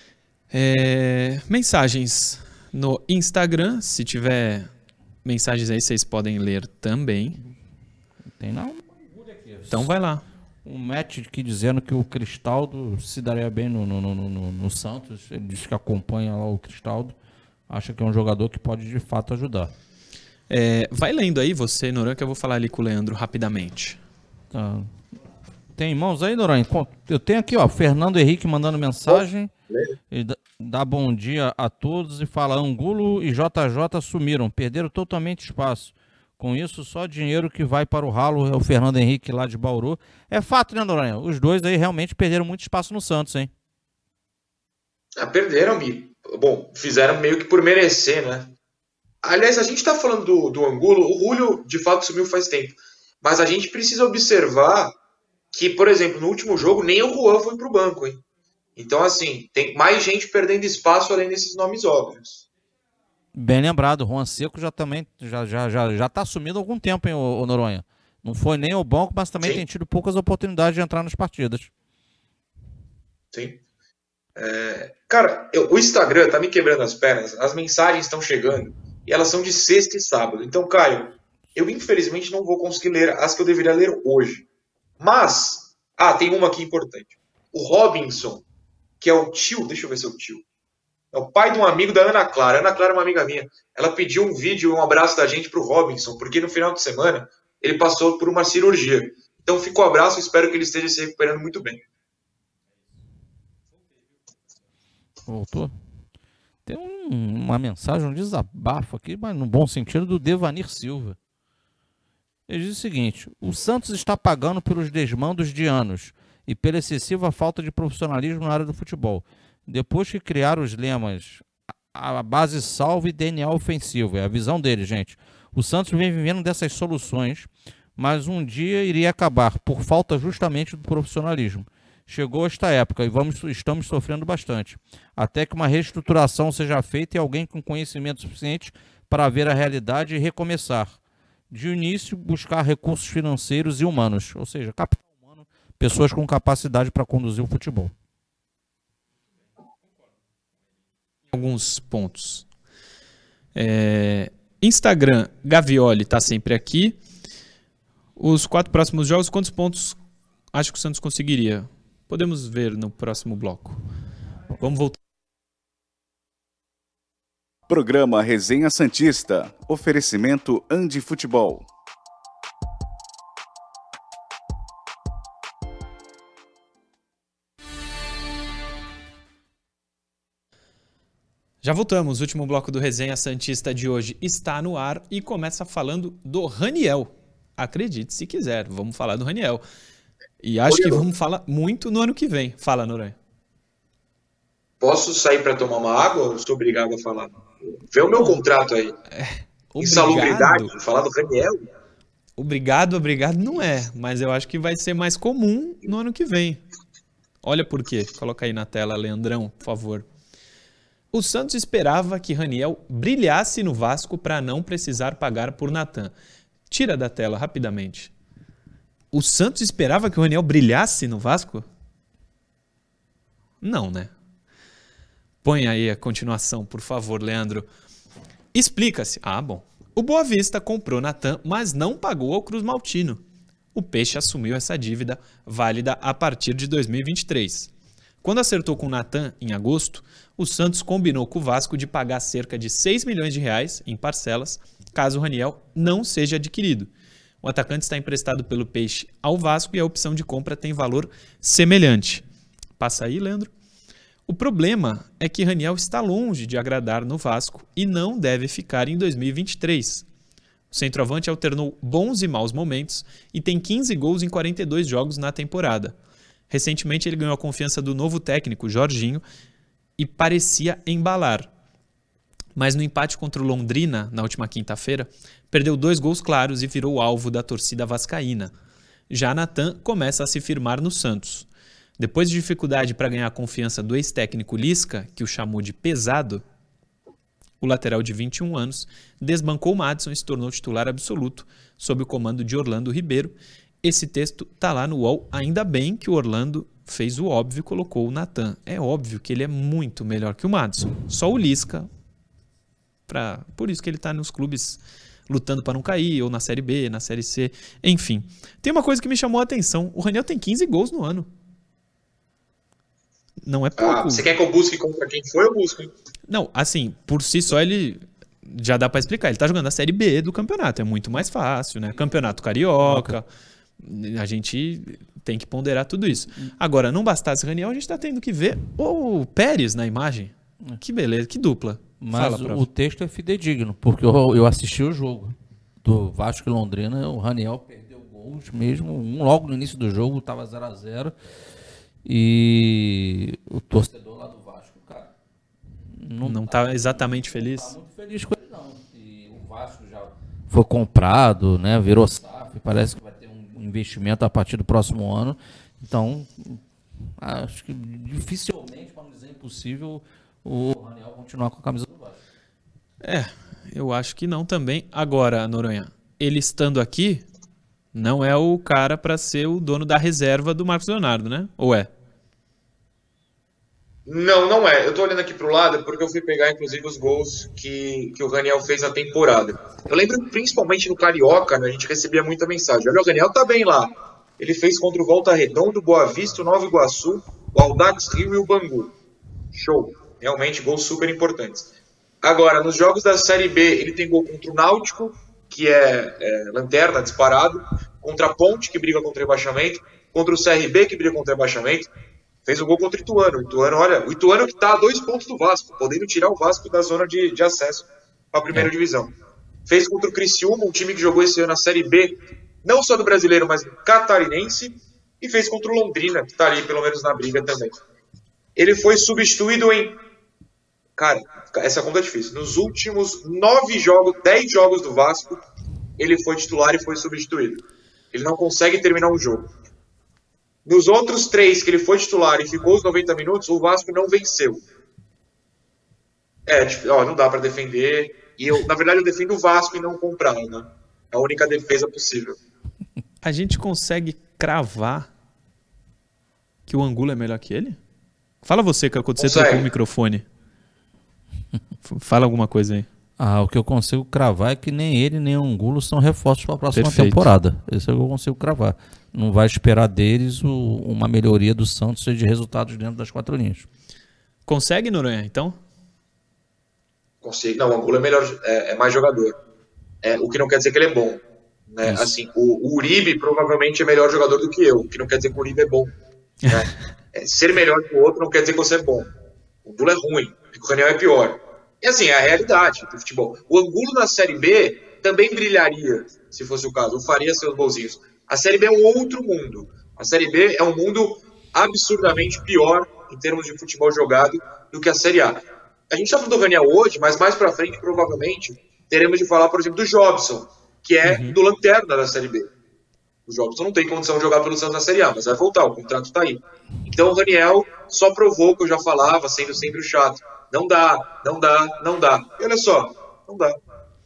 Mensagens no Instagram. Se tiver mensagens aí, vocês podem ler também. Tem não? Então vai lá. Um match aqui dizendo que o Cristaldo se daria bem no Santos. Ele diz que acompanha lá o Cristaldo. Acha que é um jogador que pode de fato ajudar. Vai lendo aí você, Noronha, que eu vou falar ali com o Leandro rapidamente. Tá. Tem irmãos aí, Noronha? Eu tenho aqui, ó, Fernando Henrique mandando mensagem. Ele dá bom dia a todos e fala: Angulo e JJ sumiram, perderam totalmente espaço. Com isso, só dinheiro que vai para o ralo. É o Fernando Henrique lá de Bauru. É fato, né, Noronha? Os dois aí realmente perderam muito espaço no Santos, hein? Perderam, Mi. Bom, fizeram meio que por merecer, né? Aliás, a gente tá falando do Angulo. O Julio, de fato, sumiu faz tempo. Mas a gente precisa observar que, por exemplo, no último jogo, nem o Juan foi pro banco, hein? Então, assim, tem mais gente perdendo espaço além desses nomes óbvios. Bem lembrado, Juan Seco já tá assumindo há algum tempo, hein, o Noronha? Não foi nem ao banco, mas também tem tido poucas oportunidades de entrar nas partidas. Sim. Cara, o Instagram tá me quebrando as pernas, as mensagens estão chegando e elas são de sexta e sábado. Então, Caio, eu infelizmente não vou conseguir ler as que eu deveria ler hoje. Mas, tem uma aqui importante. O Robinson, que é o tio, deixa eu ver se é o tio. É o pai de um amigo da Ana Clara. A Ana Clara é uma amiga minha. Ela pediu um vídeo, um abraço da gente pro Robinson, porque no final de semana ele passou por uma cirurgia. Então fica o abraço, espero que ele esteja se recuperando muito bem. Voltou? Tem uma mensagem, um desabafo aqui, mas no bom sentido, do Devanir Silva. Ele diz o seguinte: o Santos está pagando pelos desmandos de anos e pela excessiva falta de profissionalismo na área do futebol. Depois que criaram os lemas, a base salva e DNA ofensivo, é a visão dele, gente. O Santos vem vivendo dessas soluções, mas um dia iria acabar por falta justamente do profissionalismo. Chegou esta época e estamos sofrendo bastante, até que uma reestruturação seja feita e alguém com conhecimento suficiente para ver a realidade e recomeçar. De início, buscar recursos financeiros e humanos, ou seja, capital humano, pessoas com capacidade para conduzir o futebol. Alguns pontos. Instagram, Gavioli está sempre aqui. Os 4 próximos jogos, quantos pontos acho que o Santos conseguiria? Podemos ver no próximo bloco. Vamos voltar. Programa Resenha Santista. Oferecimento Andi Futebol. Já voltamos. O último bloco do Resenha Santista de hoje está no ar e começa falando do Raniel. Acredite se quiser, vamos falar do Raniel. E acho que vamos falar muito no ano que vem. Fala, Noronha. Posso sair para tomar uma água ou sou obrigado a falar? Vê o meu contrato aí. Insalubridade, falar do Raniel. Obrigado não é, mas eu acho que vai ser mais comum no ano que vem. Olha por quê. Coloca aí na tela, Leandrão, por favor. O Santos esperava que Raniel brilhasse no Vasco para não precisar pagar por Natan. Tira da tela rapidamente. O Santos esperava que o Raniel brilhasse no Vasco? Não, né? Põe aí a continuação, por favor, Leandro. Explica-se. Bom. O Boa Vista comprou Natan, mas não pagou ao Cruz Maltino. O Peixe assumiu essa dívida válida a partir de 2023. Quando acertou com o Natan em agosto, o Santos combinou com o Vasco de pagar cerca de 6 milhões de reais em parcelas, caso o Raniel não seja adquirido. O atacante está emprestado pelo Peixe ao Vasco e a opção de compra tem valor semelhante. Passa aí, Leandro. O problema é que Raniel está longe de agradar no Vasco e não deve ficar em 2023. O centroavante alternou bons e maus momentos e tem 15 gols em 42 jogos na temporada. Recentemente ele ganhou a confiança do novo técnico, Jorginho, e parecia embalar. Mas no empate contra o Londrina, na última quinta-feira, perdeu 2 gols claros e virou alvo da torcida vascaína. Já Natan começa a se firmar no Santos. Depois de dificuldade para ganhar a confiança do ex-técnico Lisca, que o chamou de pesado, o lateral de 21 anos desbancou o Madison e se tornou titular absoluto sob o comando de Orlando Ribeiro Esse texto tá lá no UOL, ainda bem que o Orlando fez o óbvio e colocou o Natan. É óbvio que ele é muito melhor que o Maddison. Só o Lisca, por isso que ele tá nos clubes lutando para não cair, ou na Série B, na Série C, enfim. Tem uma coisa que me chamou a atenção, o Raniel tem 15 gols no ano. Não é pouco. Você quer que eu busque contra quem foi, eu busco, hein? Não, assim, por si só ele já dá para explicar. Ele tá jogando a Série B do campeonato, é muito mais fácil, né? Campeonato Carioca, a gente tem que ponderar tudo isso. Agora, não bastasse Raniel, a gente tá tendo que ver o Pérez na imagem. Que beleza, que dupla. Mas o texto é fidedigno, porque eu assisti o jogo do Vasco e Londrina, o Raniel perdeu gols mesmo, logo no início do jogo, estava 0-0, e o torcedor lá do Vasco, cara, não tá exatamente feliz. Não tá muito feliz com ele, não. E o Vasco já foi comprado, né, virou SAF, parece que vai ter um investimento a partir do próximo ano, então acho que dificilmente, para não dizer impossível, o Raniel continuar com a camisa do Vasco. Eu acho que não também. Agora, Noronha, ele estando aqui, não é o cara para ser o dono da reserva do Marcos Leonardo, né? Ou é? Não é. Eu tô olhando aqui pro lado porque eu fui pegar, inclusive, os gols que o Raniel fez na temporada. Eu lembro, principalmente no Carioca, né, a gente recebia muita mensagem. Olha, o Raniel tá bem lá. Ele fez contra o Volta Redonda, o Boa Vista, o Nova Iguaçu, o Audax Rio e o Bangu. Show. Realmente, gols super importantes. Agora, nos jogos da Série B, ele tem gol contra o Náutico, que é lanterna, disparado, contra a Ponte, que briga contra o rebaixamento, contra o CRB, que briga contra o rebaixamento, fez um gol contra o Ituano. O Ituano que está a 2 pontos do Vasco, podendo tirar o Vasco da zona de acesso para a primeira divisão. Fez contra o Criciúma, um time que jogou esse ano na Série B, não só do brasileiro, mas do catarinense, e fez contra o Londrina, que está ali pelo menos na briga também. Ele foi substituído em... Cara, essa conta é difícil. Nos últimos 10 jogos do Vasco, ele foi titular e foi substituído. Ele não consegue terminar um jogo. Nos outros 3 que ele foi titular e ficou os 90 minutos, o Vasco não venceu. Não dá para defender. E na verdade, eu defendo o Vasco e não comprar, né? É a única defesa possível. A gente consegue cravar que o Angulo é melhor que ele? Fala você, que aconteceu com o microfone. Fala alguma coisa aí. O que eu consigo cravar é que nem ele nem o Angulo são reforços para a próxima temporada. Isso é o que eu consigo cravar. Não vai esperar deles uma melhoria do Santos de resultados dentro das 4 linhas. Consegue, Noronha, então? Consigo. Não, o Angulo é melhor, é mais jogador. O que não quer dizer que ele é bom. Né? Assim, o Uribe provavelmente é melhor jogador do que eu, o que não quer dizer que o Uribe é bom. Né? Ser melhor que o outro não quer dizer que você é bom. O Angulo é ruim, o Raniel é pior. E assim, é a realidade do futebol. O Angulo na Série B também brilharia, se fosse o caso, ou faria seus golzinhos. A Série B é um outro mundo. A Série B é um mundo absurdamente pior em termos de futebol jogado do que a Série A. A gente está falando do Raniel hoje, mas mais pra frente, provavelmente, teremos de falar, por exemplo, do Jobson, que é do lanterna da Série B. O Jobson não tem condição de jogar pelo Santos na Série A, mas vai voltar, o contrato está aí. Então o Raniel só provou que eu já falava, sendo sempre o chato. Não dá. E olha só, não dá.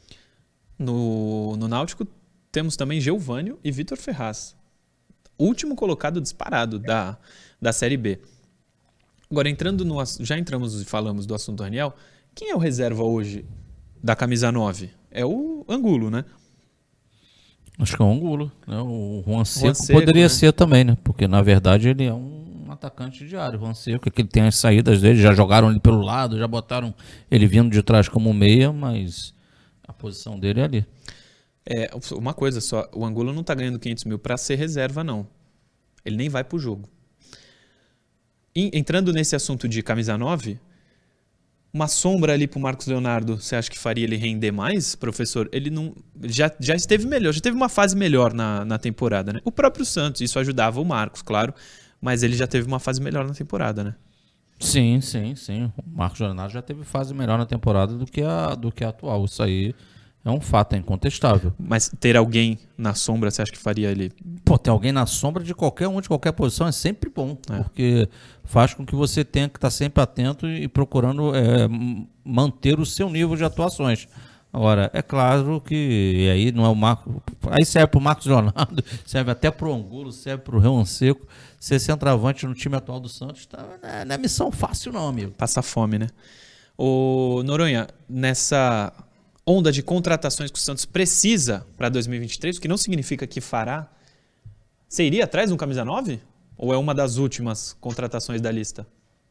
No Náutico temos também Geovânio e Vitor Ferraz. Último colocado disparado da Série B. Agora, já entramos e falamos do assunto do Raniel. Quem é o reserva hoje da camisa 9? É o Angulo, né? Acho que é o Angulo. Né? O Juan Seco poderia ser também, né? Porque, na verdade, ele é um atacante diário. O Juan Seco, que ele tem as saídas dele, já jogaram ele pelo lado, já botaram ele vindo de trás como meia, mas a posição dele é ali. Uma coisa só, o Angulo não tá ganhando 500 mil para ser reserva, não. Ele nem vai pro jogo. Entrando nesse assunto de camisa 9, uma sombra ali pro Marcos Leonardo, você acha que faria ele render mais, professor? Ele não já esteve melhor, já teve uma fase melhor na temporada, né? O próprio Santos, isso ajudava o Marcos, claro, mas ele já teve uma fase melhor na temporada, né? Sim. O Marcos Leonardo já teve fase melhor na temporada do que a atual. Isso aí é um fato, é incontestável. Mas ter alguém na sombra, você acha que faria ele... Ter alguém na sombra de qualquer um, de qualquer posição, é sempre bom. Porque faz com que você tenha que estar sempre atento e procurando manter o seu nível de atuações. Agora, é claro que aí não é o Marco. Aí serve para o Marcos Leonardo, serve até para o Angulo, serve para o Renan Seco. Ser centroavante no time atual do Santos não é missão fácil, não, amigo. Passa fome, né? Ô, Noronha, nessa onda de contratações que o Santos precisa para 2023, o que não significa que fará, você iria atrás de um camisa 9? Ou é uma das últimas contratações da lista?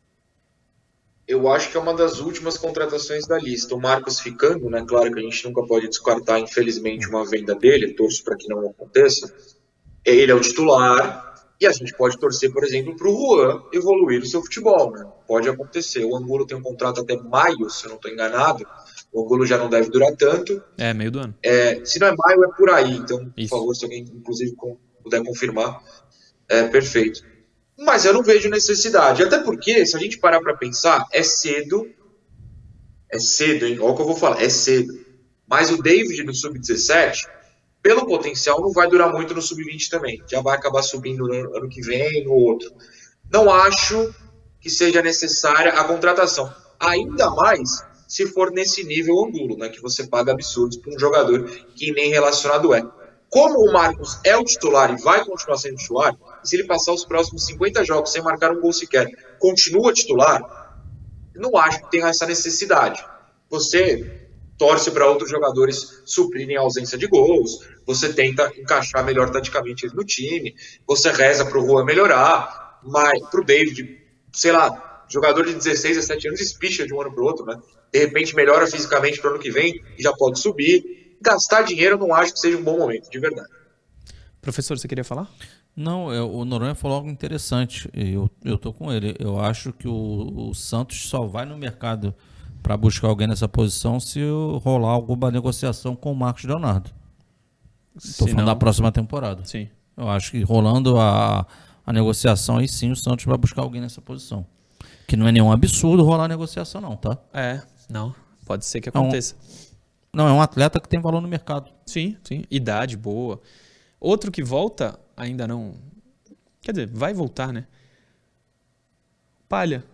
Eu acho que é uma das últimas contratações da lista. O Marcos ficando, né? Claro que a gente nunca pode descartar, infelizmente, uma venda dele. Torço para que não aconteça. Ele é o titular e a gente pode torcer, por exemplo, para o Juan evoluir o seu futebol, né? Pode acontecer. O Angulo tem um contrato até maio, se eu não estou enganado. O Angulo já não deve durar tanto. É, meio do ano. Se não é maio, é por aí. Então, por Isso. favor, se alguém, inclusive, puder confirmar, perfeito. Mas eu não vejo necessidade. Até porque, se a gente parar para pensar, é cedo, hein? Olha o que eu vou falar, é cedo. Mas o David no Sub-17, pelo potencial, não vai durar muito no Sub-20 também. Já vai acabar subindo no ano que vem, no outro. Não acho que seja necessária a contratação. Ainda mais se for nesse nível Angulo, né? Que você paga absurdos para um jogador que nem relacionado é. Como o Marcos é o titular e vai continuar sendo titular, se ele passar os próximos 50 jogos sem marcar um gol sequer, continua titular, não acho que tenha essa necessidade. Você torce para outros jogadores suprirem a ausência de gols, você tenta encaixar melhor taticamente ele no time, você reza para o Juan melhorar, mas para o David, sei lá, jogador de 16, 17 anos espicha de um ano para o outro, né? De repente melhora fisicamente para o ano que vem e já pode subir. Gastar dinheiro eu não acho que seja um bom momento, de verdade. Professor, você queria falar? Não, o Noronha falou algo interessante, eu tô com ele. Eu acho que o Santos só vai no mercado para buscar alguém nessa posição se rolar alguma negociação com o Marcos Leonardo. Estou falando da próxima temporada. Sim. Eu acho que rolando a negociação, aí sim o Santos vai buscar alguém nessa posição. Que não é nenhum absurdo rolar a negociação não, tá? Não, pode ser que aconteça. Não, é um atleta que tem valor no mercado. Sim, idade boa. Outro que volta, ainda não... Quer dizer, vai voltar, né? Palha.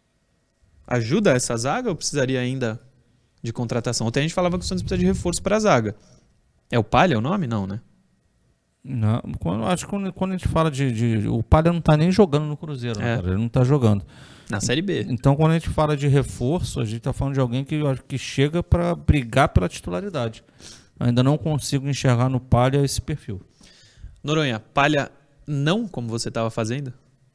Ajuda essa zaga ou precisaria ainda de contratação? Ontem a gente falava que o Santos precisa de reforço para a zaga. É o Palha o nome? Não, né? Não, acho que quando a gente fala o Palha não tá nem jogando no Cruzeiro, né, cara? Ele não tá jogando. Na Série B. Então, quando a gente fala de reforço, a gente tá falando de alguém que chega para brigar pela titularidade. Ainda não consigo enxergar no Palha esse perfil. Noronha, Palha não como você estava fazendo?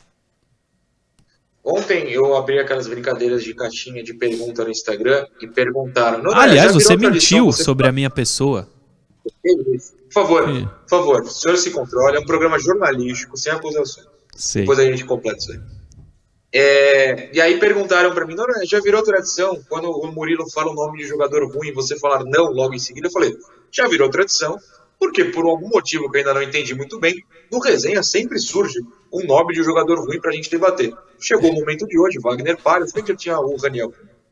Ontem eu abri aquelas brincadeiras de caixinha de pergunta no Instagram e perguntaram... Aliás, você mentiu sobre a minha pessoa. Por favor, o senhor se controle, é um programa jornalístico, sem acusações. Sei. Depois a gente completa isso aí. E aí perguntaram pra mim, Noronha, já virou tradição, quando o Murilo fala o nome de jogador ruim, você falar não logo em seguida? Eu falei, já virou tradição, porque por algum motivo que eu ainda não entendi muito bem, no resenha sempre surge um nome de jogador ruim pra gente debater. Chegou o momento de hoje, Wagner Palha, eu sei que já tinha o Raniel.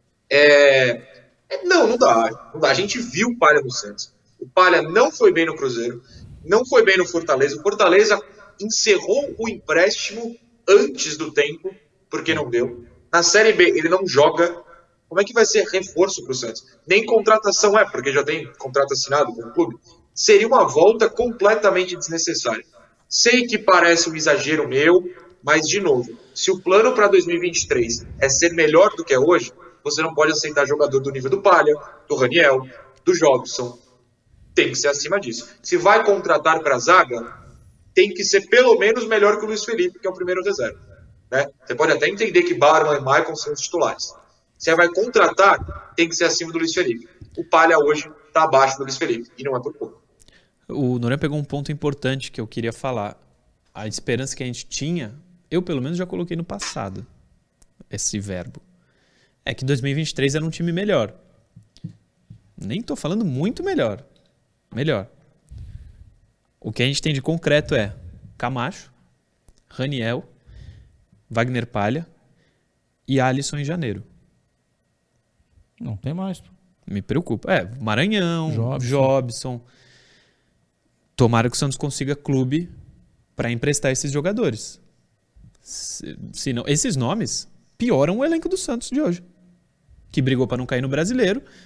Não dá. A gente viu o Palha no Santos. O Palha não foi bem no Cruzeiro, não foi bem no Fortaleza. O Fortaleza encerrou o empréstimo antes do tempo, porque não deu. Na Série B ele não joga. Como é que vai ser reforço para o Santos? Nem contratação porque já tem contrato assinado com o clube. Seria uma volta completamente desnecessária. Sei que parece um exagero meu, mas, de novo, se o plano para 2023 é ser melhor do que é hoje, você não pode aceitar jogador do nível do Palha, do Raniel, do Jobson. Tem que ser acima disso. Se vai contratar para a zaga, tem que ser pelo menos melhor que o Luiz Felipe, que é o primeiro reserva. Né? Você pode até entender que Barman e Maicon são os titulares. Se vai contratar, tem que ser acima do Luiz Felipe. O Palha hoje está abaixo do Luiz Felipe, e não é por pouco. O Noronha pegou um ponto importante que eu queria falar. A esperança que a gente tinha, eu pelo menos já coloquei no passado, esse verbo. É que 2023 era um time melhor. Nem estou falando muito melhor. Melhor. O que a gente tem de concreto é Camacho, Raniel, Wagner Palha e Alisson em janeiro. Não tem mais. Me preocupa. Maranhão, Jobson. Tomara que o Santos consiga clube para emprestar esses jogadores. Senão, esses nomes pioram o elenco do Santos de hoje. Que brigou para não cair no Brasileiro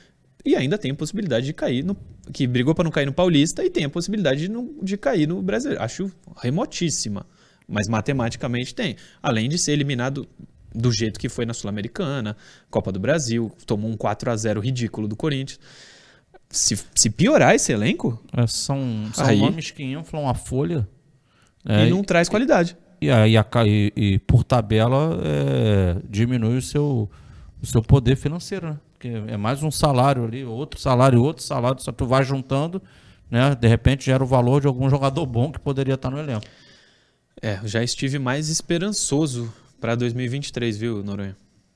e ainda tem a possibilidade de cair que brigou para não cair no Paulista e tem a possibilidade de cair no Brasileiro. Acho remotíssima, mas matematicamente tem. Além de ser eliminado do jeito que foi na Sul-Americana, Copa do Brasil, tomou um 4-0 ridículo do Corinthians. Se piorar esse elenco... São aí, nomes que inflam a folha. E não traz qualidade. E por tabela diminui o seu poder financeiro, né? Porque é mais um salário ali, outro salário, só tu vai juntando, né? De repente gera o valor de algum jogador bom que poderia estar no elenco. Já estive mais esperançoso para 2023, viu, Noronha?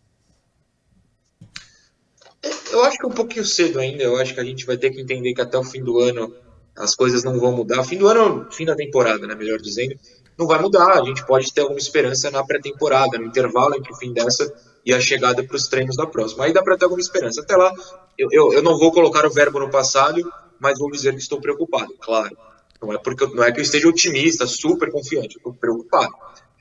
Eu acho que é um pouquinho cedo ainda. Eu acho que a gente vai ter que entender que até o fim do ano as coisas não vão mudar. Fim do ano, fim da temporada, né, melhor dizendo, não vai mudar. A gente pode ter alguma esperança na pré-temporada, no intervalo entre o fim dessa e a chegada para os treinos da próxima. Aí dá para ter alguma esperança. Até lá, eu não vou colocar o verbo no passado, mas vou dizer que estou preocupado, claro. Não é que eu esteja otimista, super confiante, eu estou preocupado.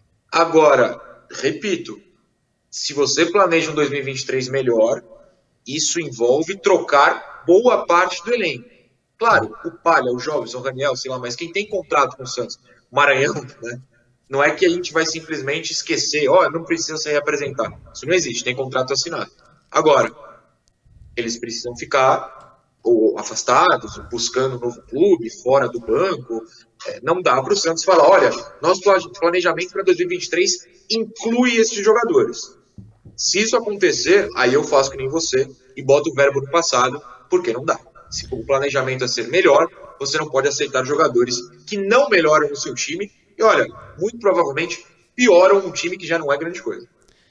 Agora, repito, se você planeja um 2023 melhor, isso envolve trocar boa parte do elenco. Claro, o Palha, o Jobson, o Raniel, sei lá, mas quem tem contrato com o Santos, Maranhão, né? Não é que a gente vai simplesmente esquecer, não precisa se reapresentar. Isso não existe, tem contrato assinado. Agora, eles precisam ficar ou afastados, buscando um novo clube, fora do banco. Não dá para o Santos falar, olha, nosso planejamento para 2023 inclui esses jogadores. Se isso acontecer, aí eu faço que nem você e boto o verbo no passado, porque não dá. Se o planejamento é ser melhor, você não pode aceitar jogadores que não melhoram o seu time e, olha, muito provavelmente pioram um time que já não é grande coisa.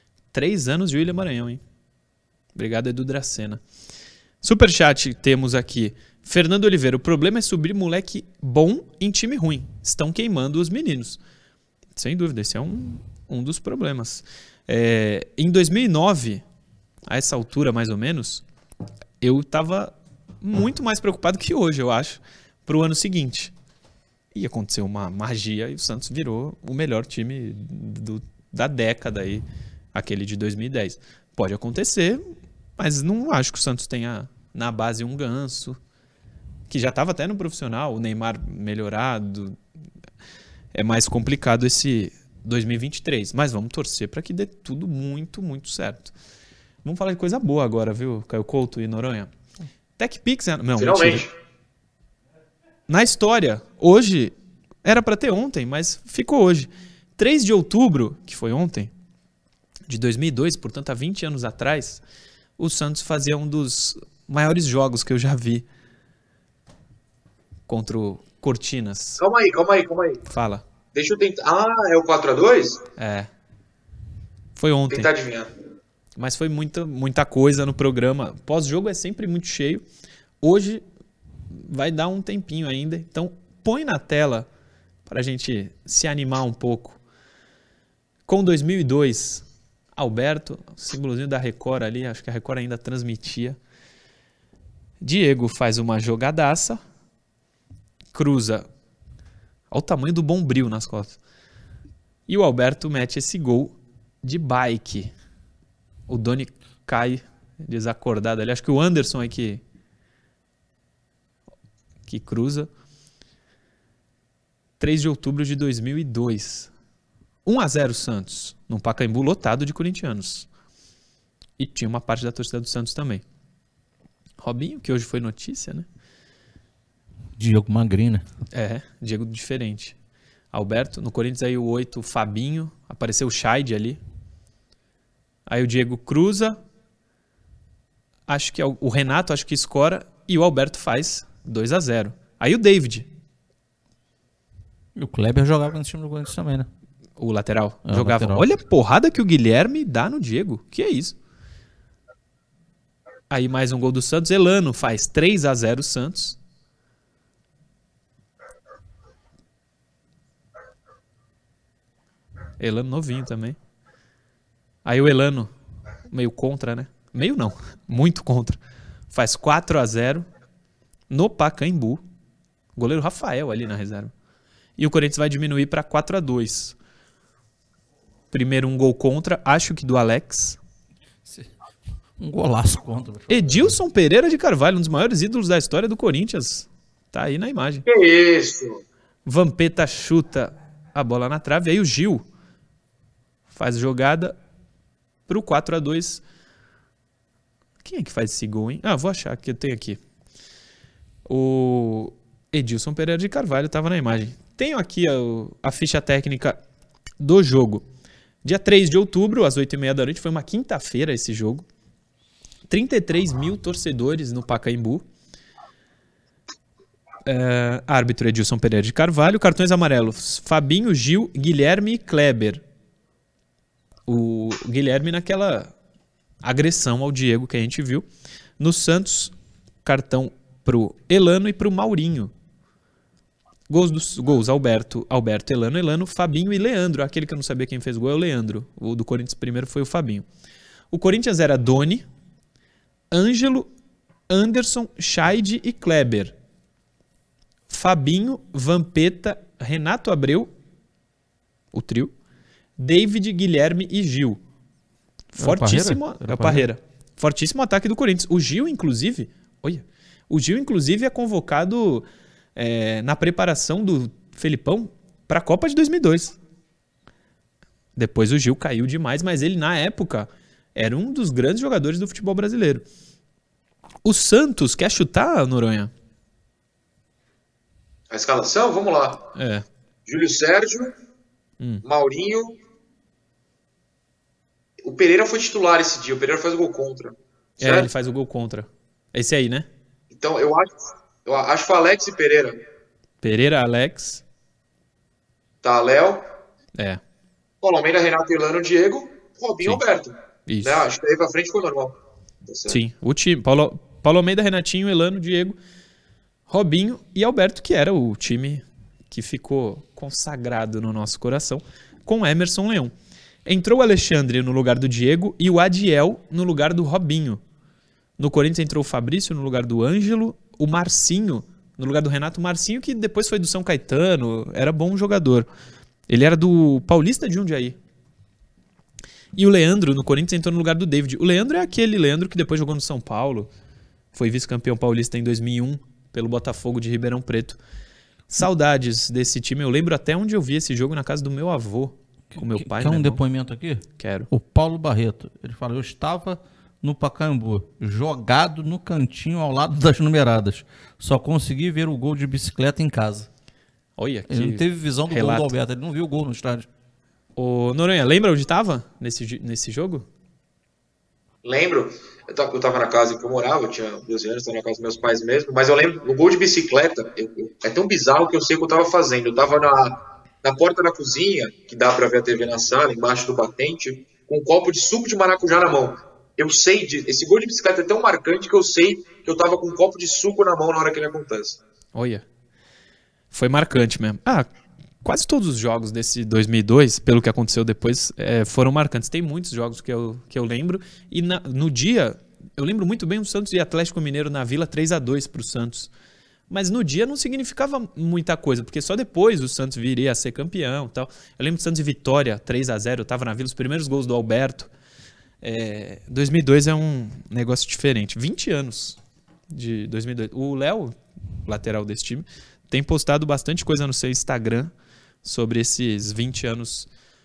3 anos de William Maranhão, hein? Obrigado, Edu Dracena. Superchat temos aqui. Fernando Oliveira, o problema é subir moleque bom em time ruim. Estão queimando os meninos. Sem dúvida, esse é um dos problemas. Em 2009, a essa altura mais ou menos, eu estava muito mais preocupado que hoje, eu acho, para o ano seguinte. E aconteceu uma magia e o Santos virou o melhor time da década aí, aquele de 2010. Pode acontecer, mas não acho que o Santos tenha na base um Ganso, que já estava até no profissional, o Neymar melhorado. É mais complicado esse 2023, mas vamos torcer para que dê tudo muito, muito certo. Vamos falar de coisa boa agora, viu, Caio Couto e Noronha? TechPix... Não, finalmente. Mentira. Na história, hoje, era para ter ontem, mas ficou hoje. 3 de outubro, que foi ontem, de 2002, portanto há 20 anos atrás, o Santos fazia um dos maiores jogos que eu já vi contra o Cortinas. Calma aí. Fala. Deixa eu tentar... é o 4-2? Foi ontem. Tentar adivinhar. Mas foi muita coisa no programa. Pós-jogo é sempre muito cheio. Hoje vai dar um tempinho ainda. Então põe na tela para a gente se animar um pouco. Com 2002, Alberto, símbolozinho da Record ali, acho que a Record ainda transmitia. Diego faz uma jogadaça, cruza, olha o tamanho do Bombril nas costas. E o Alberto mete esse gol de bike. O Doni cai desacordado ali. Acho que o Anderson aí que cruza. 3 de outubro de 2002. 1-0 Santos, num Pacaembu lotado de corintianos. E tinha uma parte da torcida do Santos também. Robinho, que hoje foi notícia, né? Diego Magrinho, Diego diferente. Alberto, no Corinthians aí o 8, Fabinho, apareceu o Scheid ali. Aí o Diego cruza, acho que o Renato acho que escora e o Alberto faz 2-0. Aí o David. E o Kleber jogava no time do Corinthians também, né? O lateral. Jogava. Lateral. Olha a porrada que o Guilherme dá no Diego. Que é isso? Aí mais um gol do Santos. Elano faz 3-0 Santos. Elano novinho também. Aí o Elano, meio contra, né? Meio não, muito contra. Faz 4-0 no Pacaembu. Goleiro Rafael ali na reserva. E o Corinthians vai diminuir para 4-2. Primeiro um gol contra, acho que do Alex. Um golaço contra. Edilson Pereira de Carvalho, um dos maiores ídolos da história do Corinthians. Tá aí na imagem. Que isso? Vampeta chuta a bola na trave. Aí o Gil faz jogada pro 4-2. Quem é que faz esse gol, hein? Vou achar que eu tenho aqui. O Edilson Pereira de Carvalho estava na imagem. Tenho aqui a ficha técnica do jogo. Dia 3 de outubro, às 8h30 da noite, foi uma quinta-feira esse jogo. 33 mil torcedores no Pacaembu. Árbitro Edilson Pereira de Carvalho. Cartões amarelos: Fabinho, Gil, Guilherme e Kleber. O Guilherme naquela agressão ao Diego que a gente viu. No Santos, cartão pro Elano e pro Maurinho. Gols Alberto, Elano, Fabinho e Leandro. Aquele que eu não sabia quem fez gol é o Leandro. O do Corinthians primeiro foi o Fabinho. O Corinthians era Doni, Ângelo, Anderson, Scheid e Kleber. Fabinho, Vampeta, Renato Abreu, o trio, David, Guilherme e Gil. Fortíssimo. É o Parreira. Fortíssimo ataque do Corinthians. O Gil, inclusive, é convocado na preparação do Felipão para a Copa de 2002. Depois o Gil caiu demais, mas ele, na época, era um dos grandes jogadores do futebol brasileiro. O Santos quer chutar, Noronha? A escalação? Vamos lá. Júlio Sérgio, Maurinho. O Pereira foi titular esse dia. O Pereira faz o gol contra. Certo? Ele faz o gol contra. Esse aí, né? Então, eu acho que foi Alex e Pereira. Pereira, Alex. Tá, Léo. Paulo Almeida, Renato, Elano, Diego, Robinho e Alberto. Isso. Né? Acho que daí pra frente foi normal. Tá certo. Sim, o time. Paulo Almeida, Renatinho, Elano, Diego, Robinho e Alberto, que era o time que ficou consagrado no nosso coração, com Emerson Leão. Entrou o Alexandre no lugar do Diego e o Adiel no lugar do Robinho. No Corinthians entrou o Fabrício no lugar do Ângelo, o Marcinho no lugar do Renato. Marcinho, que depois foi do São Caetano, era bom jogador. Ele era do Paulista de Jundiaí. E o Leandro no Corinthians entrou no lugar do David. O Leandro é aquele Leandro que depois jogou no São Paulo, foi vice-campeão paulista em 2001 pelo Botafogo de Ribeirão Preto. Saudades desse time. Eu lembro até onde eu vi esse jogo, na casa do meu avô, com meu pai. Quer um depoimento aqui? Quero. O Paulo Barreto, ele fala: eu estava no Pacaembu, jogado no cantinho ao lado das numeradas. Só consegui ver o gol de bicicleta em casa. Olha que ele não teve visão do relato. Gol do Alberto, ele não viu o gol no estádio. Ô, Noronha, lembra onde estava nesse jogo? Lembro. Eu tava na casa que eu morava, eu tinha 12 anos, estava na casa dos meus pais mesmo, mas eu lembro, no gol de bicicleta, é tão bizarro que eu sei o que eu tava fazendo. Eu tava na porta da cozinha, que dá pra ver a TV na sala, embaixo do batente, com um copo de suco de maracujá na mão. Eu sei, esse gol de bicicleta é tão marcante que eu sei que eu tava com um copo de suco na mão na hora que ele acontece. Olha, foi marcante mesmo. Quase todos os jogos desse 2002, pelo que aconteceu depois, foram marcantes. Tem muitos jogos que eu lembro. E no dia, eu lembro muito bem o Santos e Atlético Mineiro na Vila 3-2 pro Santos. Mas no dia não significava muita coisa, porque só depois o Santos viria a ser campeão e tal. Eu lembro do Santos e Vitória 3-0, eu tava na Vila, os primeiros gols do Alberto. 2002 é um negócio diferente. 20 anos de 2002. O Léo, lateral desse time, tem postado bastante coisa no seu Instagram sobre esses 20 anos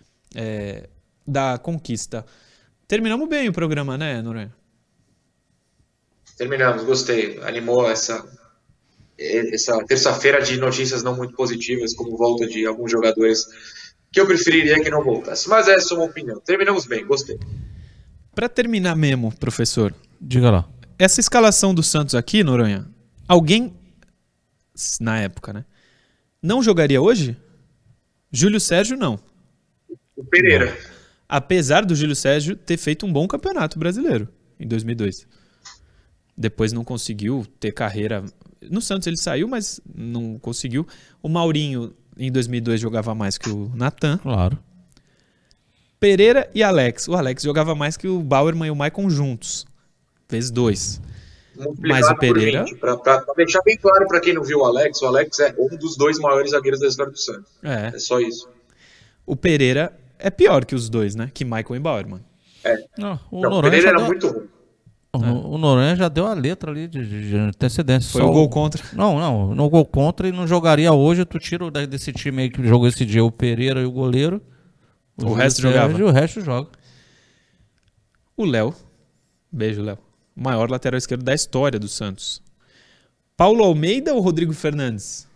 da conquista. Terminamos bem o programa, né, Noronha? Terminamos, gostei. Animou essa terça-feira de notícias não muito positivas, como volta de alguns jogadores que eu preferiria que não voltasse. Mas essa é uma opinião. Terminamos bem, gostei. Para terminar mesmo, professor, diga lá. Essa escalação do Santos aqui, Noronha, alguém, na época, né, não jogaria hoje? Júlio Sérgio, não. O Pereira. Não. Apesar do Júlio Sérgio ter feito um bom campeonato brasileiro em 2002. Depois não conseguiu ter carreira. No Santos ele saiu, mas não conseguiu. O Maurinho, em 2002, jogava mais que o Natan. Claro. Pereira e Alex. O Alex jogava mais que o Bauerman e o Maicon juntos. Vezes 2. Mas o Pereira... Para deixar bem claro para quem não viu o Alex é um dos 2 maiores zagueiros da história do Santos. É só isso. O Pereira é pior que os 2, né? Que Maicon e Bauerman. Não, o Pereira era muito ruim. O Noronha já deu a letra ali de antecedência. Foi o gol contra. Não, no gol contra e não jogaria hoje. Tu tira desse time aí que jogou esse dia o Pereira e o goleiro. O resto jogava. E o resto joga. O Léo, beijo Léo, o maior lateral esquerdo da história do Santos. Paulo Almeida ou Rodrigo Fernandes?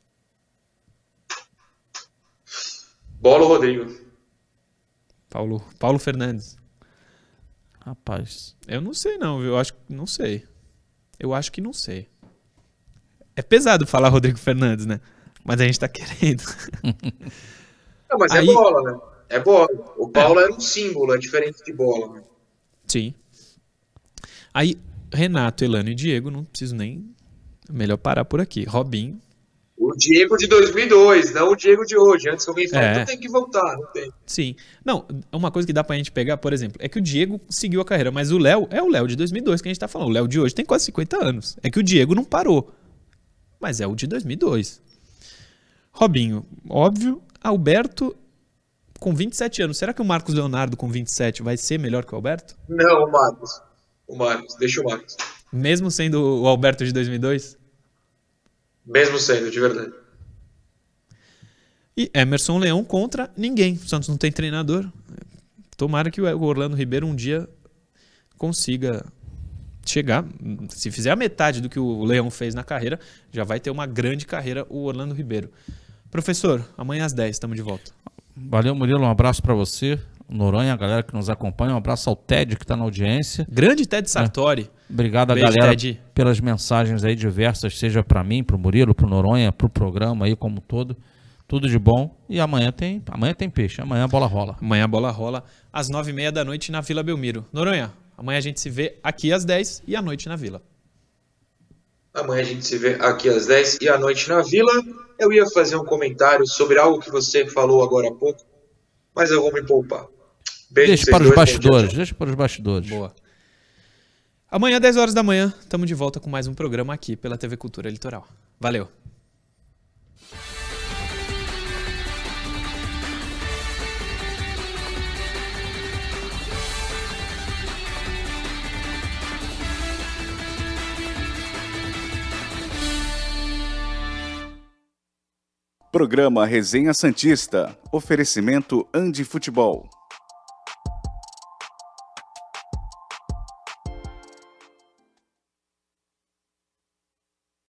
Bola, Rodrigo. Paulo Fernandes. Rapaz. Eu não sei não, viu? Eu acho que não sei. Eu acho que não sei. É pesado falar Rodrigo Fernandes, né? Mas a gente tá querendo. Não, mas é bola, né? É bola. O Paulo era um símbolo, é diferente de bola, né? Sim. Aí, Renato, Elano e Diego, não preciso nem... Melhor parar por aqui. Robinho. O Diego de 2002, não o Diego de hoje. Antes alguém falou, tu tem que voltar, não tem. Sim. Não, uma coisa que dá pra gente pegar, por exemplo, é que o Diego seguiu a carreira, mas o Léo é o Léo de 2002 que a gente tá falando. O Léo de hoje tem quase 50 anos. É que o Diego não parou. Mas é o de 2002. Robinho, óbvio. Alberto, com 27 anos. Será que o Marcos Leonardo, com 27, vai ser melhor que o Alberto? Não, o Marcos. Deixa o Marcos. Mesmo sendo o Alberto de 2002? Mesmo sendo, de verdade. E Emerson Leão contra ninguém. O Santos não tem treinador. Tomara que o Orlando Ribeiro um dia consiga chegar. Se fizer a metade do que o Leão fez na carreira, já vai ter uma grande carreira o Orlando Ribeiro. Professor, amanhã às 10 estamos de volta. Valeu, Murilo. Um abraço para você, Noronha, a galera que nos acompanha. Um abraço ao Ted, que está na audiência. Grande Ted Sartori. Obrigado a galera Ted, pelas mensagens aí diversas, seja para mim, para o Murilo, para o Noronha, para o programa aí como todo. Tudo de bom. E amanhã tem peixe. Amanhã a bola rola. Amanhã a bola rola às 9h30 da noite na Vila Belmiro. Noronha, amanhã a gente se vê aqui às 10 e à noite na Vila. Amanhã a gente se vê aqui às 10 e à noite na Vila. Eu ia fazer um comentário sobre algo que você falou agora há pouco, mas eu vou me poupar. Beijo. Deixa para os bastidores. Boa. Amanhã, 10 horas da manhã, estamos de volta com mais um programa aqui pela TV Cultura Litoral. Valeu! Programa Resenha Santista. Oferecimento Andi Futebol.